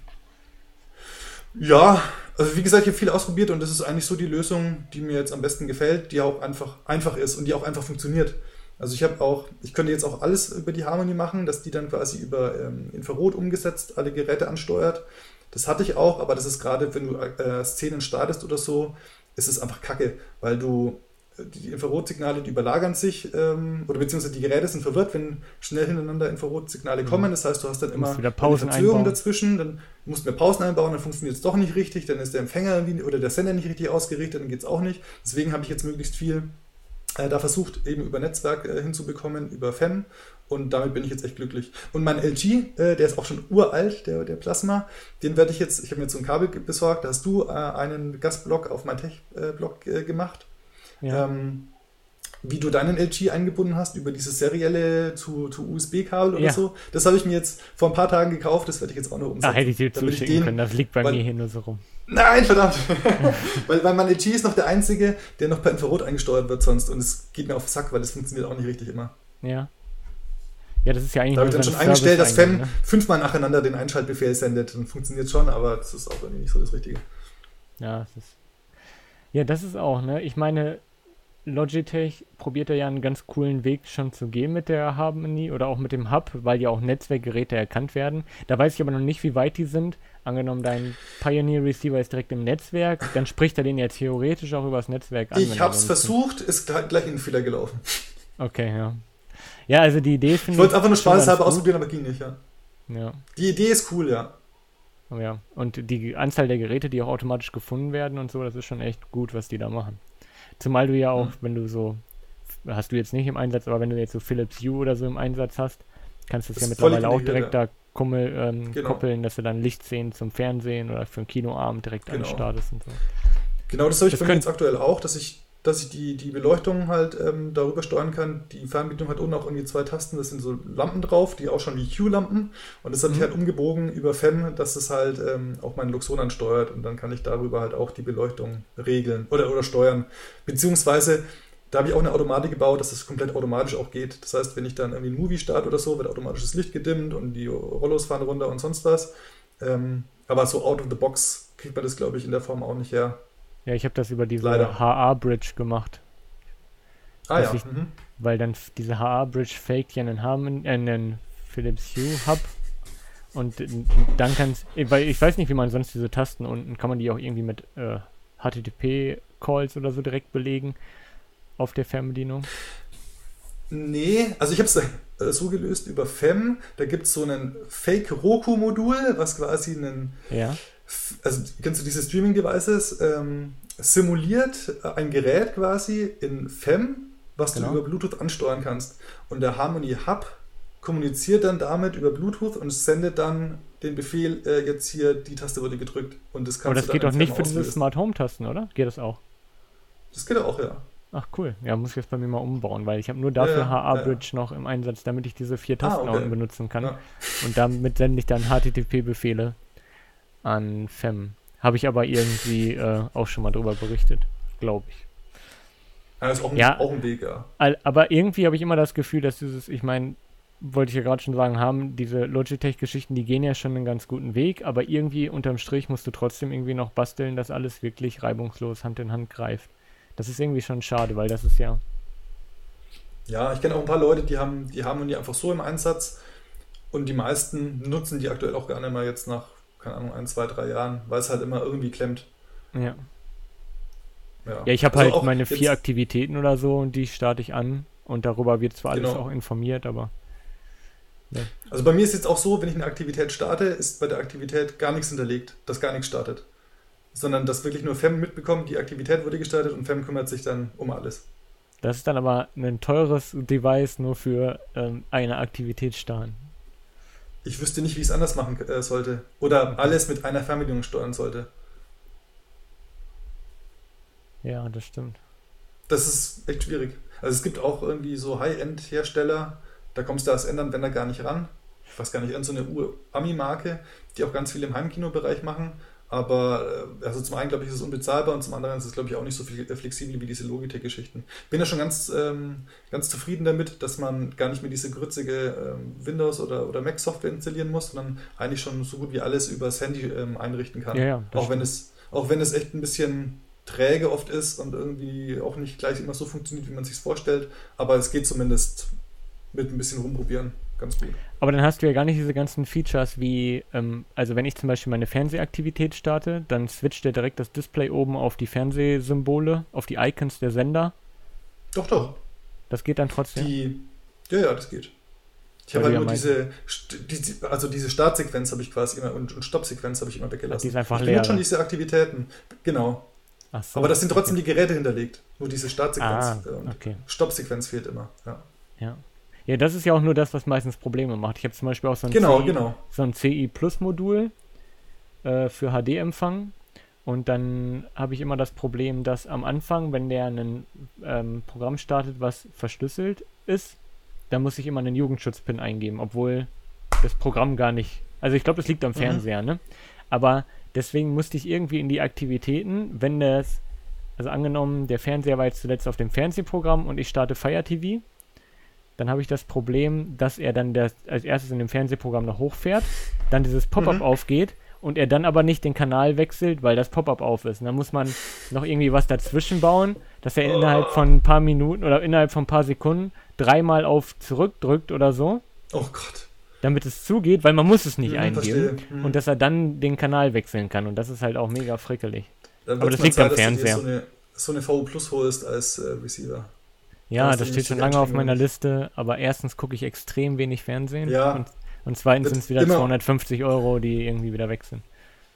Ja, also wie gesagt, ich habe viel ausprobiert und das ist eigentlich so die Lösung, die mir jetzt am besten gefällt, die auch einfach ist und die auch einfach funktioniert. Also ich könnte jetzt auch alles über die Harmony machen, dass die dann quasi über Infrarot umgesetzt alle Geräte ansteuert. Das hatte ich auch, aber das ist gerade, wenn du Szenen startest oder so, ist es einfach kacke, weil die Infrarotsignale, die überlagern sich, oder beziehungsweise die Geräte sind verwirrt, wenn schnell hintereinander Infrarotsignale kommen. Das heißt, du hast dann immer eine Verzögerung dazwischen, dann musst du mehr Pausen einbauen, dann funktioniert es doch nicht richtig, dann ist der Empfänger oder der Sender nicht richtig ausgerichtet, dann geht es auch nicht. Deswegen habe ich jetzt möglichst viel da versucht, eben über Netzwerk hinzubekommen, über FEM, und damit bin ich jetzt echt glücklich. Und mein LG, der ist auch schon uralt, der Plasma, den werde ich habe mir jetzt so ein Kabel besorgt, da hast du einen Gastblock auf mein Tech-Blog gemacht. Ja. Wie du deinen LG eingebunden hast über dieses serielle zu USB-Kabel oder so. Das habe ich mir jetzt vor ein paar Tagen gekauft, das werde ich jetzt auch noch umsetzen. Hätte ich dir zuschicken können, das liegt bei mir hier nur so rum. Nein, verdammt! weil mein LG ist noch der einzige, der noch per Infrarot eingesteuert wird sonst, und es geht mir auf den Sack, weil das funktioniert auch nicht richtig immer. Ja. Ja, das ist ja eigentlich. Da habe ich dann schon eingestellt, dass FEM 5-mal nacheinander den Einschaltbefehl sendet. Dann funktioniert schon, aber das ist auch irgendwie nicht so das Richtige. Ja, das ist auch, ne? Ich meine, Logitech probiert ja einen ganz coolen Weg schon zu gehen mit der Harmony oder auch mit dem Hub, weil ja auch Netzwerkgeräte erkannt werden. Da weiß ich aber noch nicht, wie weit die sind. Angenommen, dein Pioneer Receiver ist direkt im Netzwerk, dann spricht er den ja theoretisch auch über das Netzwerk an. Ich habe es versucht, ist gleich in den Fehler gelaufen. Okay, ja. Ja, also die Idee finde ich. Ich wollte es einfach nur spaßhalber ausprobieren, aber ging nicht, ja. Ja. Die Idee ist cool, ja. Ja, und die Anzahl der Geräte, die auch automatisch gefunden werden und so, das ist schon echt gut, was die da machen. Zumal du ja auch, wenn du so, hast du jetzt nicht im Einsatz, aber wenn du jetzt so Philips Hue oder so im Einsatz hast, kannst du es ja mittlerweile auch direkt da koppeln, dass du dann Lichtszenen zum Fernsehen oder für einen Kinoabend direkt anstartest und so. Genau, das habe ich bei mir jetzt aktuell auch, dass ich die Beleuchtung halt darüber steuern kann. Die Fernbedienung hat unten auch irgendwie 2 Tasten, das sind so Lampen drauf, die auch schon wie Hue-Lampen, und das habe ich halt umgebogen über FEM, dass es halt auch meinen Luxon ansteuert, und dann kann ich darüber halt auch die Beleuchtung regeln oder steuern. Beziehungsweise, da habe ich auch eine Automatik gebaut, dass das komplett automatisch auch geht. Das heißt, wenn ich dann irgendwie einen Movie starte oder so, wird automatisch das Licht gedimmt und die Rollos fahren runter und sonst was. Aber so out of the box kriegt man das, glaube ich, in der Form auch nicht her. Ja, ich habe das über diese Leider. HA-Bridge gemacht. Ah Dass ja. ich, weil dann diese HA-Bridge faked ja einen Philips Hue Hub und dann kannst, weil ich weiß nicht, wie man sonst diese Tasten unten, kann man die auch irgendwie mit HTTP-Calls oder so direkt belegen auf der Fernbedienung? Nee, also ich habe es so gelöst über FEM. Da gibt es so ein Fake-Roku-Modul, was quasi Ja, also kennst du diese Streaming-Devices, simuliert ein Gerät quasi in FEM, was du genau. über Bluetooth ansteuern kannst. Und der Harmony Hub kommuniziert dann damit über Bluetooth und sendet dann den Befehl, jetzt hier die Taste wurde gedrückt. Und das Aber kannst das du geht dann doch in nicht FEM für diese auslösen. Smart Home Tasten, oder? Geht das auch? Das geht auch, ja. Ach cool. Ja, muss ich jetzt bei mir mal umbauen, weil ich habe nur Ja, dafür ja, ja, ja. HA-Bridge noch im Einsatz, damit ich diese 4 Ah, Tasten da unten okay. benutzen kann. Ja. Und damit sende ich dann HTTP-Befehle an FEM. Habe ich aber irgendwie auch schon mal drüber berichtet, glaube ich. Ja, ist Ja, auch ein Weg, ja. aber irgendwie habe ich immer das Gefühl, dass ich meine, wollte ich ja gerade schon sagen, haben diese Logitech-Geschichten, die gehen ja schon einen ganz guten Weg, aber irgendwie unterm Strich musst du trotzdem irgendwie noch basteln, dass alles wirklich reibungslos Hand in Hand greift. Das ist irgendwie schon schade, weil das ist ja, Ja, ich kenne auch ein paar Leute, die haben die einfach so im Einsatz und die meisten nutzen die aktuell auch gar nicht mehr jetzt nach, keine Ahnung, 1, 2, 3 Jahren, weil es halt immer irgendwie klemmt. ja. Ja. Ja, ich habe Also halt auch meine 4 jetzt, Aktivitäten oder so und die starte ich an und darüber wird zwar alles auch genau. informiert, aber ja. Also bei mir ist jetzt auch so, wenn ich eine Aktivität starte, ist bei der Aktivität gar nichts hinterlegt, dass gar nichts startet. Sondern dass wirklich nur FEM mitbekommt, die Aktivität wurde gestartet und FEM kümmert sich dann um alles. Das ist dann aber ein teures Device nur für eine Aktivität starten. Ich wüsste nicht, wie ich es anders machen sollte. Oder Okay. alles mit einer Fernbedienung steuern sollte. Ja, das stimmt. Das ist echt schwierig. Also es gibt auch irgendwie so High-End-Hersteller, da kommst du das ändern, wenn da gar nicht ran. Ich weiß gar nicht, irgend so eine Ur-Ami-Marke, die auch ganz viel im Heimkinobereich machen. Aber also zum einen, glaube ich, ist es unbezahlbar und zum anderen ist es, glaube ich, auch nicht so viel flexibel wie diese Logitech-Geschichten. Bin da schon ganz zufrieden damit, dass man gar nicht mehr diese grützige Windows- oder Mac-Software installieren muss, sondern eigentlich schon so gut wie alles übers Handy einrichten Ja, kann. ja, das stimmt. Auch wenn es echt ein bisschen träge oft ist und irgendwie auch nicht gleich immer so funktioniert, wie man sich vorstellt. Aber es geht zumindest mit ein bisschen rumprobieren ganz gut. Aber dann hast du ja gar nicht diese ganzen Features wie, also wenn ich zum Beispiel meine Fernsehaktivität starte, dann switcht der direkt das Display oben auf die Fernsehsymbole, auf die Icons der Sender. Doch, doch. Das geht dann trotzdem, Die, ja, das geht. Ich weil habe du halt ja nur meinst, also diese Startsequenz habe ich quasi immer und Stoppsequenz habe ich immer die ist weggelassen. einfach Ich leer benutze schon dann. diese Aktivitäten, genau. Ach Aber so, das sind okay. trotzdem die Geräte hinterlegt. Nur diese Ah, Startsequenz und okay, Stoppsequenz fehlt immer. Ja. ja. Ja, das ist ja auch nur das, was meistens Probleme macht. Ich habe zum Beispiel auch Genau, genau. So ein CI Plus Modul für HD-Empfang. Und dann habe ich immer das Problem, dass am Anfang, wenn der ein Programm startet, was verschlüsselt ist, dann muss ich immer einen Jugendschutz-Pin eingeben, obwohl das Programm gar nicht. Also ich glaube, das liegt am Mhm. Fernseher, ne? Aber deswegen musste ich irgendwie in die Aktivitäten, wenn das, also angenommen, der Fernseher war jetzt zuletzt auf dem Fernsehprogramm und ich starte Fire TV, dann habe ich das Problem, dass er dann als erstes in dem Fernsehprogramm noch hochfährt, dann dieses Pop-up Mhm. aufgeht und er dann aber nicht den Kanal wechselt, weil das Pop-up auf ist. Und dann muss man noch irgendwie was dazwischen bauen, dass er innerhalb von ein paar Minuten oder innerhalb von ein paar Sekunden 3-mal auf zurückdrückt oder so, Oh Gott. damit es zugeht, weil man muss es nicht Mhm, eingeben verstehe. und Mhm. dass er dann den Kanal wechseln kann und das ist halt auch mega frickelig. Dann Aber wird es das mal liegt am Zeit, dass du dir Fernseher. so eine VU Plus holst als Receiver. Da Ja, hast du das nämlich steht so schon die lange auf Anstrengung meiner nicht. Liste, aber erstens gucke ich extrem wenig Fernsehen Ja, und zweitens sind wird es wieder immer. 250 Euro, die irgendwie wieder weg sind.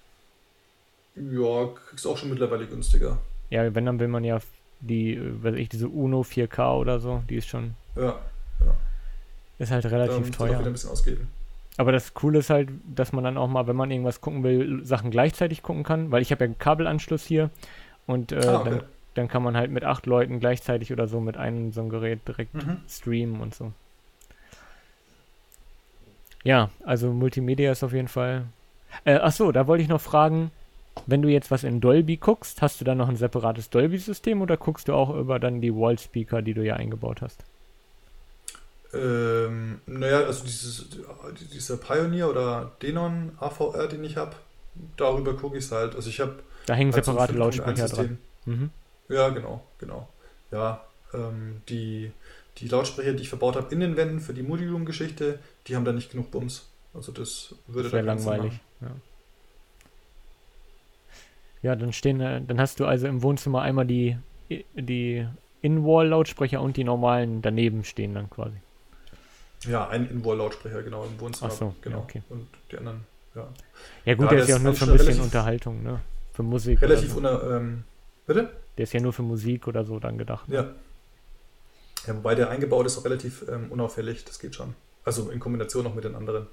Ja, kriegst du auch schon mittlerweile günstiger. Ja, wenn, dann will man ja weiß ich, diese Uno 4K oder so, die ist schon, Ja, ja. ist halt Da relativ musst du doch wieder teuer. ein bisschen ausgeben. Aber das Coole ist halt, dass man dann auch mal, wenn man irgendwas gucken will, Sachen gleichzeitig gucken kann, weil ich habe ja einen Kabelanschluss hier und Ah, okay. dann kann man halt mit 8 Leuten gleichzeitig oder so mit einem so einem Gerät direkt Mhm. streamen und so. Ja, also Multimedia ist auf jeden Fall. Ach so, da wollte ich noch fragen, wenn du jetzt was in Dolby guckst, hast du dann noch ein separates Dolby-System oder guckst du auch über dann die Wall-Speaker, die du ja eingebaut hast? Naja, also dieser Pioneer oder Denon AVR, den ich habe, darüber gucke ich es halt. Also ich habe Da hängen halt so ein separate 5.1 Lautsprecher dran. System. Mhm. Ja, genau, genau. Ja, die Lautsprecher, die ich verbaut habe in den Wänden für die Multiroom-Geschichte, die haben da nicht genug Bums. Also das würde Das da wäre keinen Sinn langweilig. machen. Ja, ja dann hast du also im Wohnzimmer einmal die In-Wall-Lautsprecher und die normalen daneben stehen dann quasi. Ja, ein In-Wall-Lautsprecher, genau, im Ach Wohnzimmer, so, ja, genau. okay. Und die anderen, ja. Ja gut, Ja, der der ist ja auch ist nur eigentlich für ein schon bisschen relativ, Unterhaltung, ne? Für Musik oder relativ so. bitte? Der ist ja nur für Musik oder so dann gedacht, ne? Ja. Ja, wobei der eingebaut ist auch relativ unauffällig, das geht schon. Also in Kombination noch mit den anderen.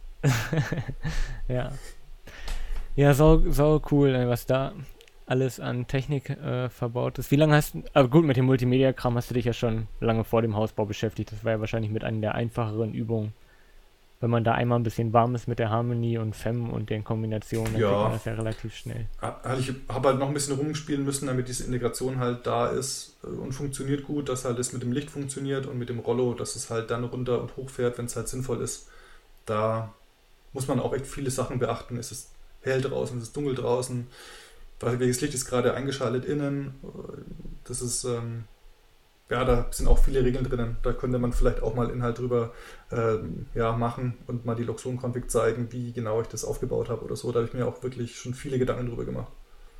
Ja. Ja, sau cool, ey, was da alles an Technik verbaut ist. Wie lange hast du, aber gut, mit dem Multimedia-Kram hast du dich ja schon lange vor dem Hausbau beschäftigt. Das war ja wahrscheinlich mit einer der einfacheren Übungen. Wenn man da einmal ein bisschen warm ist mit der Harmony und Fem und den Kombinationen, dann kriegt man Ja, das ja relativ schnell. ich habe halt noch ein bisschen rumspielen müssen, damit diese Integration halt da ist und funktioniert gut, dass halt das mit dem Licht funktioniert und mit dem Rollo, dass es halt dann runter und hoch fährt, wenn es halt sinnvoll ist. Da muss man auch echt viele Sachen beachten. Ist es hell draußen, ist es dunkel draußen? Welches Licht ist gerade eingeschaltet innen? Das ist, ja, da sind auch viele Regeln drinnen. Da könnte man vielleicht auch mal Inhalt drüber ja, machen und mal die Luxon-Config zeigen, wie genau ich das aufgebaut habe oder so. Da habe ich mir auch wirklich schon viele Gedanken drüber gemacht.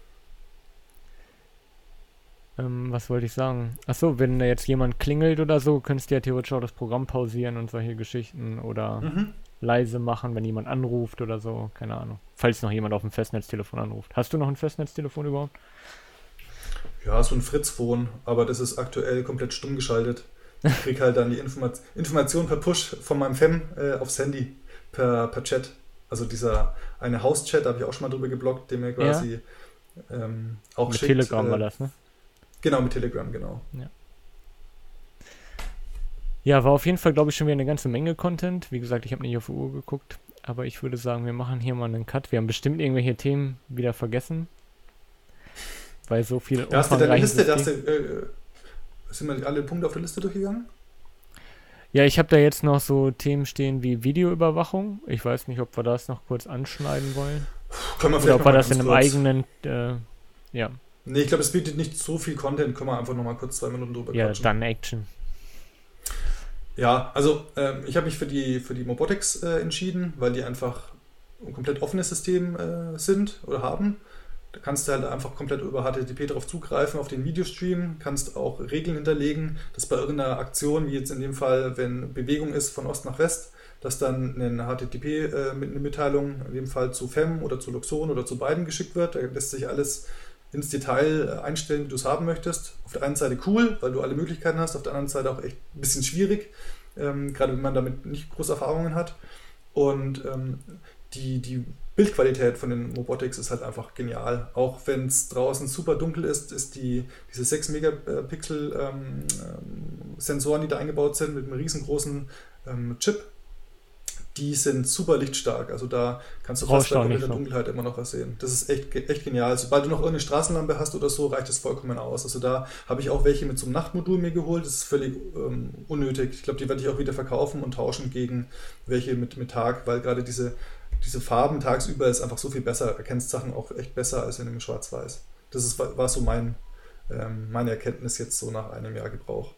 Was wollte ich sagen? Achso, wenn da jetzt jemand klingelt oder so, könntest du ja theoretisch auch das Programm pausieren und solche Geschichten oder Mhm. leise machen, wenn jemand anruft oder so, keine Ahnung. Falls noch jemand auf dem Festnetztelefon anruft. Hast du noch ein Festnetztelefon überhaupt? Ja, so ein Fritz-Phone, aber das ist aktuell komplett stumm geschaltet. Ich kriege halt dann die Information per Push von meinem Fem aufs Handy, per Chat. Also dieser eine Hauschat, da habe ich auch schon mal drüber geblockt, der mir Ja, quasi auch mit schickt. Telegram war das, ne? Genau, mit Telegram, genau. Ja. Ja, war auf jeden Fall, glaube ich, schon wieder eine ganze Menge Content. Wie gesagt, ich habe nicht auf die Uhr geguckt, aber ich würde sagen, wir machen hier mal einen Cut. Wir haben bestimmt irgendwelche Themen wieder vergessen, weil so viel Da hast du deine umfangreiches Liste, da hast System. du, sind wir alle Punkte auf der Liste durchgegangen? Ja, ich habe da jetzt noch so Themen stehen wie Videoüberwachung. Ich weiß nicht, ob wir das noch kurz anschneiden wollen. Können wir Oder vielleicht ob wir nochmal das in ganz einem kurz. eigenen, ja, Nee, ich glaube, es bietet nicht so viel Content, können wir einfach nochmal kurz 2 Minuten drüber ja, quatschen. dann Action. Ja, also ich habe mich für die Mobotics entschieden, weil die einfach ein komplett offenes System sind oder haben. Da kannst du halt einfach komplett über HTTP drauf zugreifen, auf den Videostream, kannst auch Regeln hinterlegen, dass bei irgendeiner Aktion, wie jetzt in dem Fall, wenn Bewegung ist von Ost nach West, dass dann eine HTTP mit einer Mitteilung, in dem Fall zu FEM oder zu Luxon oder zu beiden geschickt wird. Da lässt sich alles ins Detail einstellen, wie du es haben möchtest. Auf der einen Seite cool, weil du alle Möglichkeiten hast, auf der anderen Seite auch echt ein bisschen schwierig, gerade wenn man damit nicht große Erfahrungen hat. Und die Bildqualität von den Mobotics ist halt einfach genial. Auch wenn es draußen super dunkel ist, ist diese 6 Megapixel Sensoren, die da eingebaut sind, mit einem riesengroßen Chip, die sind super lichtstark. Also da kannst du fast Rauscht bei auch nicht kompletter so. Dunkelheit immer noch was sehen. Das ist echt genial. Sobald du noch irgendeine Straßenlampe hast oder so, reicht das vollkommen aus. Also da habe ich auch welche mit so einem Nachtmodul mir geholt. Das ist völlig unnötig. Ich glaube, die werde ich auch wieder verkaufen und tauschen gegen welche mit Tag, weil gerade diese Farben tagsüber ist einfach so viel besser. Erkennst Sachen auch echt besser als in einem Schwarz-Weiß. War so meine Erkenntnis jetzt so nach einem Jahr Gebrauch.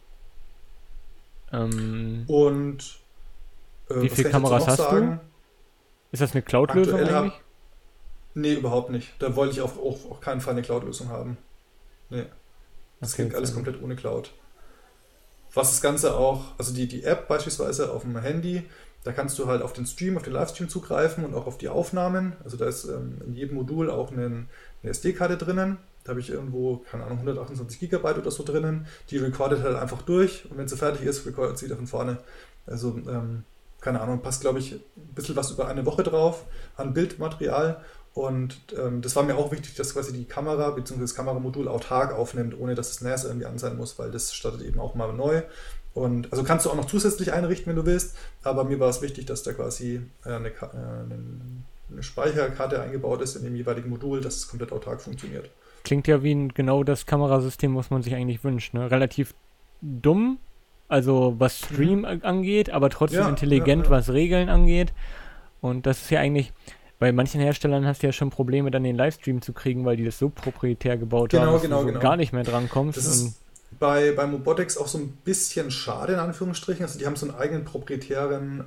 Ähm, Und wie was viele kann ich dazu Kameras noch hast du? sagen? Ist das eine Cloud-Lösung Aktuell eigentlich? Nee, überhaupt nicht. Da wollte ich auf keinen Fall eine Cloud-Lösung haben. Nee, das Okay, geht alles sehr gut. komplett ohne Cloud. Was das Ganze auch, also die App beispielsweise auf dem Handy, da kannst du halt auf den Stream, auf den Livestream zugreifen und auch auf die Aufnahmen. Also da ist in jedem Modul auch eine SD-Karte drinnen. Da habe ich irgendwo, keine Ahnung, 128 Gigabyte oder so drinnen. Die recordet halt einfach durch und wenn sie fertig ist, recordet sie wieder von vorne. Also, keine Ahnung, passt glaube ich ein bisschen was über eine Woche drauf an Bildmaterial. Und das war mir auch wichtig, dass quasi die Kamera bzw. das Kameramodul autark aufnimmt, ohne dass das NAS irgendwie an sein muss, weil das startet eben auch mal neu. Und also kannst du auch noch zusätzlich einrichten, wenn du willst, aber mir war es wichtig, dass da quasi eine Speicherkarte eingebaut ist in dem jeweiligen Modul, dass es komplett autark funktioniert. Klingt ja wie genau das Kamerasystem, was man sich eigentlich wünscht, ne? Relativ dumm, also was Stream angeht, aber trotzdem Ja, intelligent, ja. was Regeln angeht. Und das ist ja eigentlich, bei manchen Herstellern hast du ja schon Probleme, dann den Livestream zu kriegen, weil die das so proprietär gebaut haben, Genau, dass du genau, so genau. gar nicht mehr dran Das kommst. Und ist bei Mobotics auch so ein bisschen schade, in Anführungsstrichen. Also die haben so einen eigenen proprietären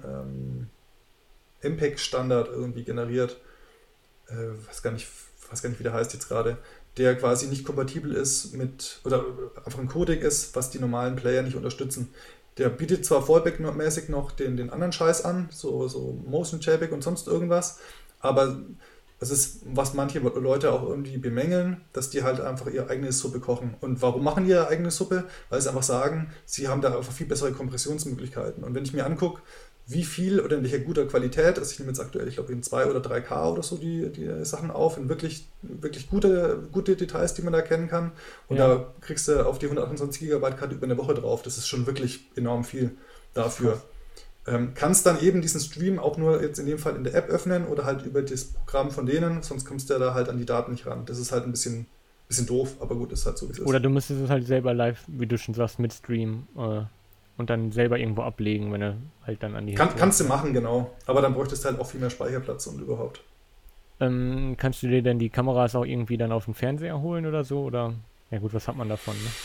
MPEG-Standard irgendwie generiert. Weiß gar nicht, wie der heißt jetzt gerade. Der quasi nicht kompatibel ist mit, oder einfach ein Codec ist, was die normalen Player nicht unterstützen. Der bietet zwar Fallback-mäßig noch den anderen Scheiß an, so Motion JPEG und sonst irgendwas, aber das ist, was manche Leute auch irgendwie bemängeln, dass die halt einfach ihre eigene Suppe kochen. Und warum machen die ihre eigene Suppe? Weil sie einfach sagen, sie haben da einfach viel bessere Kompressionsmöglichkeiten. Und wenn ich mir angucke, wie viel oder in welcher guter Qualität, also ich nehme jetzt aktuell, ich glaube, in 2 oder 3K oder so die Sachen auf, in wirklich, wirklich gute Details, die man da erkennen kann. Und ja, da kriegst du auf die 128 Gigabyte Karte über eine Woche drauf. Das ist schon wirklich enorm viel das ist dafür. krass. Kannst dann eben diesen Stream auch nur jetzt in dem Fall in der App öffnen oder halt über das Programm von denen, sonst kommst du ja da halt an die Daten nicht ran. Das ist halt ein bisschen doof, aber gut, ist halt so, wie es Oder ist. du müsstest es halt selber live, wie du schon sagst, mit Stream und dann selber irgendwo ablegen, wenn er halt dann an die Kannst du machen, genau. Aber dann bräuchtest du halt auch viel mehr Speicherplatz und überhaupt. Kannst du dir denn die Kameras auch irgendwie dann auf den Fernseher holen oder so? Oder, ja gut, was hat man davon, ne?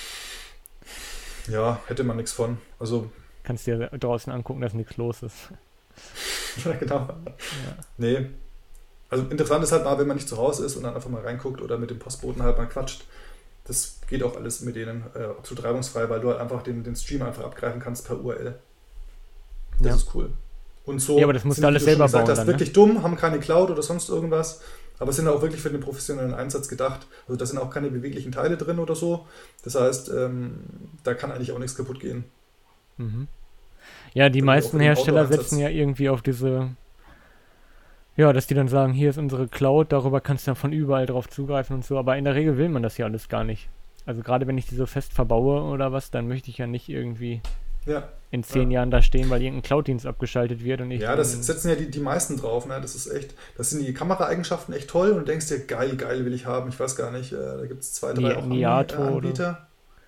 Ja, hätte man nichts von. Also, Kannst dir draußen angucken, dass nichts los ist. ja, genau. Ja, Nee. Also interessant ist halt mal, wenn man nicht zu Hause ist und dann einfach mal reinguckt oder mit dem Postboten halt mal quatscht. Das geht auch alles mit denen absolut reibungsfrei, weil du halt einfach den Stream einfach abgreifen kannst per URL. Das ja. ist cool. Und Ja, aber so das musst du sind, wie alles du schon selber gesagt bauen hast, dann, ne? wirklich dumm, haben keine Cloud oder sonst irgendwas, aber sind auch wirklich für den professionellen Einsatz gedacht. Also da sind auch keine beweglichen Teile drin oder so. Das heißt, da kann eigentlich auch nichts kaputt gehen. Mhm. Ja, die Wirklich auch meisten für den Hersteller setzen Outdoor-Einsatz. ja irgendwie auf diese, ja, dass die dann sagen, hier ist unsere Cloud, darüber kannst du dann von überall drauf zugreifen und so, aber in der Regel will man das ja alles gar nicht. Also gerade wenn ich die so fest verbaue oder was, dann möchte ich ja nicht irgendwie Ja, in ja. 10 Jahren da stehen, weil irgendein Cloud-Dienst abgeschaltet wird und ich Ja, das dann, setzen ja die meisten drauf, ne? Das ist echt, das sind die Kameraeigenschaften echt toll und du denkst dir, geil, geil will ich haben. Ich weiß gar nicht, da gibt es zwei, drei auch Niato Anbieter.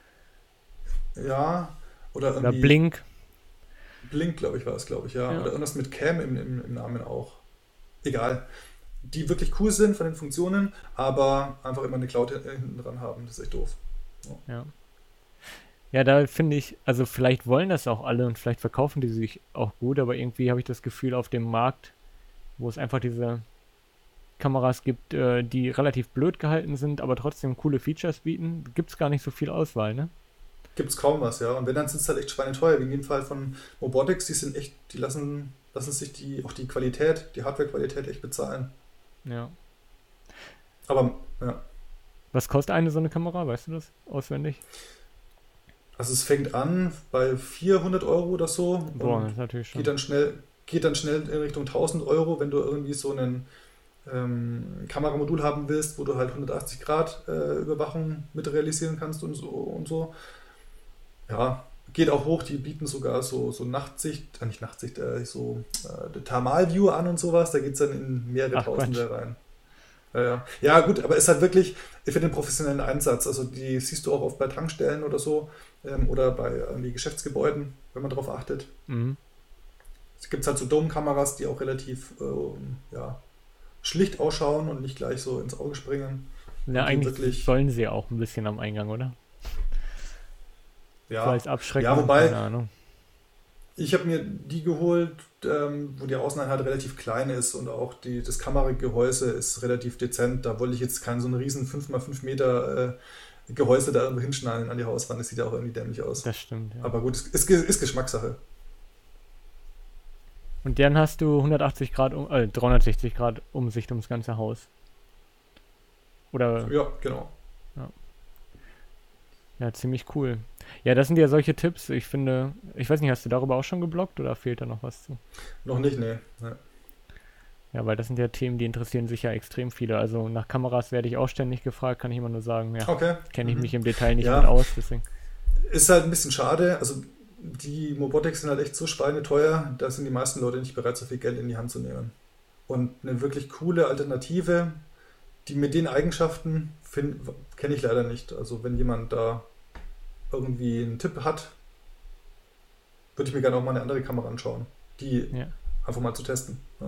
Ja, oder oder irgendwie Blink. Blink, glaube ich, war es, glaube ich, ja. Ja, Oder irgendwas mit Cam im Namen auch. Egal. Die wirklich cool sind von den Funktionen, aber einfach immer eine Cloud hinten dran haben. Das ist echt doof. Ja. ja. Ja, da finde ich, also vielleicht wollen das auch alle und vielleicht verkaufen die sich auch gut, aber irgendwie habe ich das Gefühl auf dem Markt, wo es einfach diese Kameras gibt, die relativ blöd gehalten sind, aber trotzdem coole Features bieten, gibt es gar nicht so viel Auswahl, ne? Gibt es kaum was, ja. Und wenn, dann sind es halt echt schweineteuer, wie in dem Fall von Mobotics, die lassen sich auch die Qualität, die Hardware-Qualität echt bezahlen. Ja. Aber, ja. Was kostet eine so eine Kamera? Weißt du das auswendig? Also es fängt an bei 400 € oder so Boah, das und ist natürlich geht schon. dann schnell, geht dann schnell in Richtung 1000 €, wenn du irgendwie so einen Kameramodul haben willst, wo du halt 180 Grad Überwachung mit realisieren kannst und so und so. Ja, geht auch hoch, die bieten sogar so Nachtsicht, nicht Nachtsicht, Thermalview an und sowas, da geht es dann in mehrere Ach Quatsch. Tausende rein. Ja, ja. Ja, gut, aber ist halt wirklich für den professionellen Einsatz. Also die siehst du auch oft bei Tankstellen oder so oder bei irgendwie Geschäftsgebäuden, wenn man darauf achtet. Mhm. Es gibt halt so Domkameras, die auch relativ ja, schlicht ausschauen und nicht gleich so ins Auge springen. Ja, Und die eigentlich wirklich, sollen sie ja auch ein bisschen am Eingang, oder? So ja. als Ja, Abschreckung, keine wobei, Ahnung. ich habe mir die geholt, wo die Außeneinheit relativ klein ist und auch das Kameragehäuse ist relativ dezent. Da wollte ich jetzt kein so ein riesen 5x5 Meter Gehäuse da irgendwo hinschnallen an die Hauswand. Das sieht ja auch irgendwie dämlich aus. Das stimmt, ja. Aber gut, es ist Geschmackssache. Und dann hast du 180 Grad, 360 Grad Umsicht ums ganze Haus. Oder, Ja, genau. ja, ja, ziemlich cool. Ja, das sind ja solche Tipps. Ich finde, ich weiß nicht, hast du darüber auch schon gebloggt oder fehlt da noch was zu? Noch nicht, nee. Nee. Ja, weil das sind ja Themen, die interessieren sich ja extrem viele. Also nach Kameras werde ich auch ständig gefragt, kann ich immer nur sagen, ja, Okay. kenne ich Mhm. mich im Detail nicht mit Ja, aus, deswegen. ist halt ein bisschen schade. Also die Mobotics sind halt echt so schweineteuer, da sind die meisten Leute nicht bereit, so viel Geld in die Hand zu nehmen. Und eine wirklich coole Alternative, die mit den Eigenschaften kenne ich leider nicht. Also wenn jemand da irgendwie einen Tipp hat, würde ich mir gerne auch mal eine andere Kamera anschauen, die Ja. einfach mal zu testen. Ja.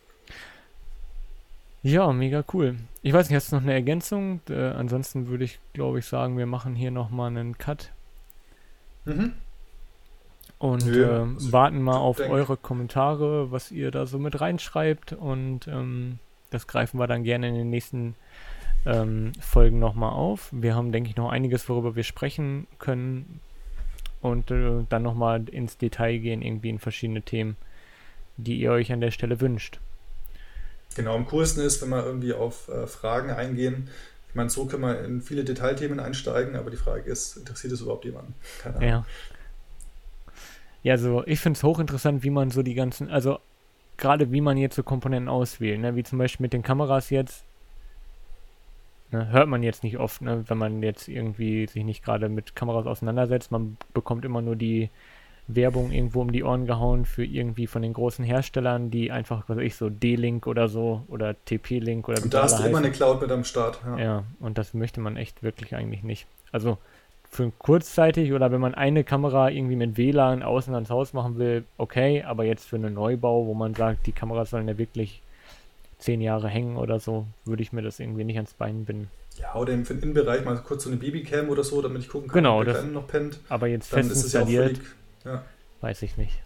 Ja, mega cool. Ich weiß nicht, hast du noch eine Ergänzung? Ansonsten würde ich, glaube ich, sagen, wir machen hier nochmal einen Cut Mhm. und Nö, also warten mal ich auf denke, eure Kommentare, was ihr da so mit reinschreibt und das greifen wir dann gerne in den nächsten Folgen nochmal auf. Wir haben, denke ich, noch einiges, worüber wir sprechen können und dann nochmal ins Detail gehen, irgendwie in verschiedene Themen, die ihr euch an der Stelle wünscht. genau, am coolsten ist, wenn wir irgendwie auf Fragen eingehen. Ich meine, so können wir in viele Detailthemen einsteigen, aber die Frage ist, interessiert es überhaupt jemanden? Keine Ahnung. Ja. Ja, also ich finde es hochinteressant, wie man so die ganzen, also gerade wie man jetzt so Komponenten auswählt, ne? Wie zum Beispiel mit den Kameras jetzt, ne? Hört man jetzt nicht oft, ne? Wenn man jetzt irgendwie sich nicht gerade mit Kameras auseinandersetzt. Man bekommt immer nur die Werbung irgendwo um die Ohren gehauen für irgendwie von den großen Herstellern, die einfach, was weiß ich, so D-Link oder so oder TP-Link oder wie Und die da alle hast du immer eine heißen. Cloud mit am Start. Ja. Ja, und das möchte man echt wirklich eigentlich nicht. Also für kurzzeitig oder wenn man eine Kamera irgendwie mit WLAN außen ans Haus machen will, okay, aber jetzt für einen Neubau, wo man sagt, die Kameras sollen ja wirklich 10 Jahre hängen oder so, würde ich mir das irgendwie nicht ans Bein binden. Ja, oder für den Innenbereich mal kurz so eine Babycam oder so, damit ich gucken kann, ob Genau, der das, Kleine noch pennt. aber jetzt Dann fest ist es ja auch völlig. installiert, Ja. weiß ich nicht.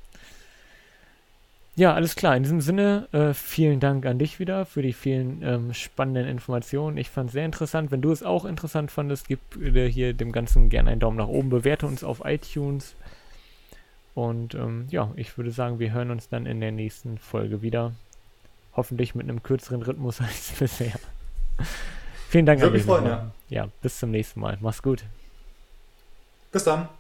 Ja, alles klar. In diesem Sinne, vielen Dank an dich wieder für die vielen spannenden Informationen. Ich fand es sehr interessant. Wenn du es auch interessant fandest, gib hier dem Ganzen gerne einen Daumen nach oben. Bewerte uns auf iTunes. Und ja, ich würde sagen, wir hören uns dann in der nächsten Folge wieder. Hoffentlich mit einem kürzeren Rhythmus als bisher. Vielen Dank an Würde mich dich freuen, nochmal. ja. Ja, bis zum nächsten Mal. Mach's gut. Bis dann.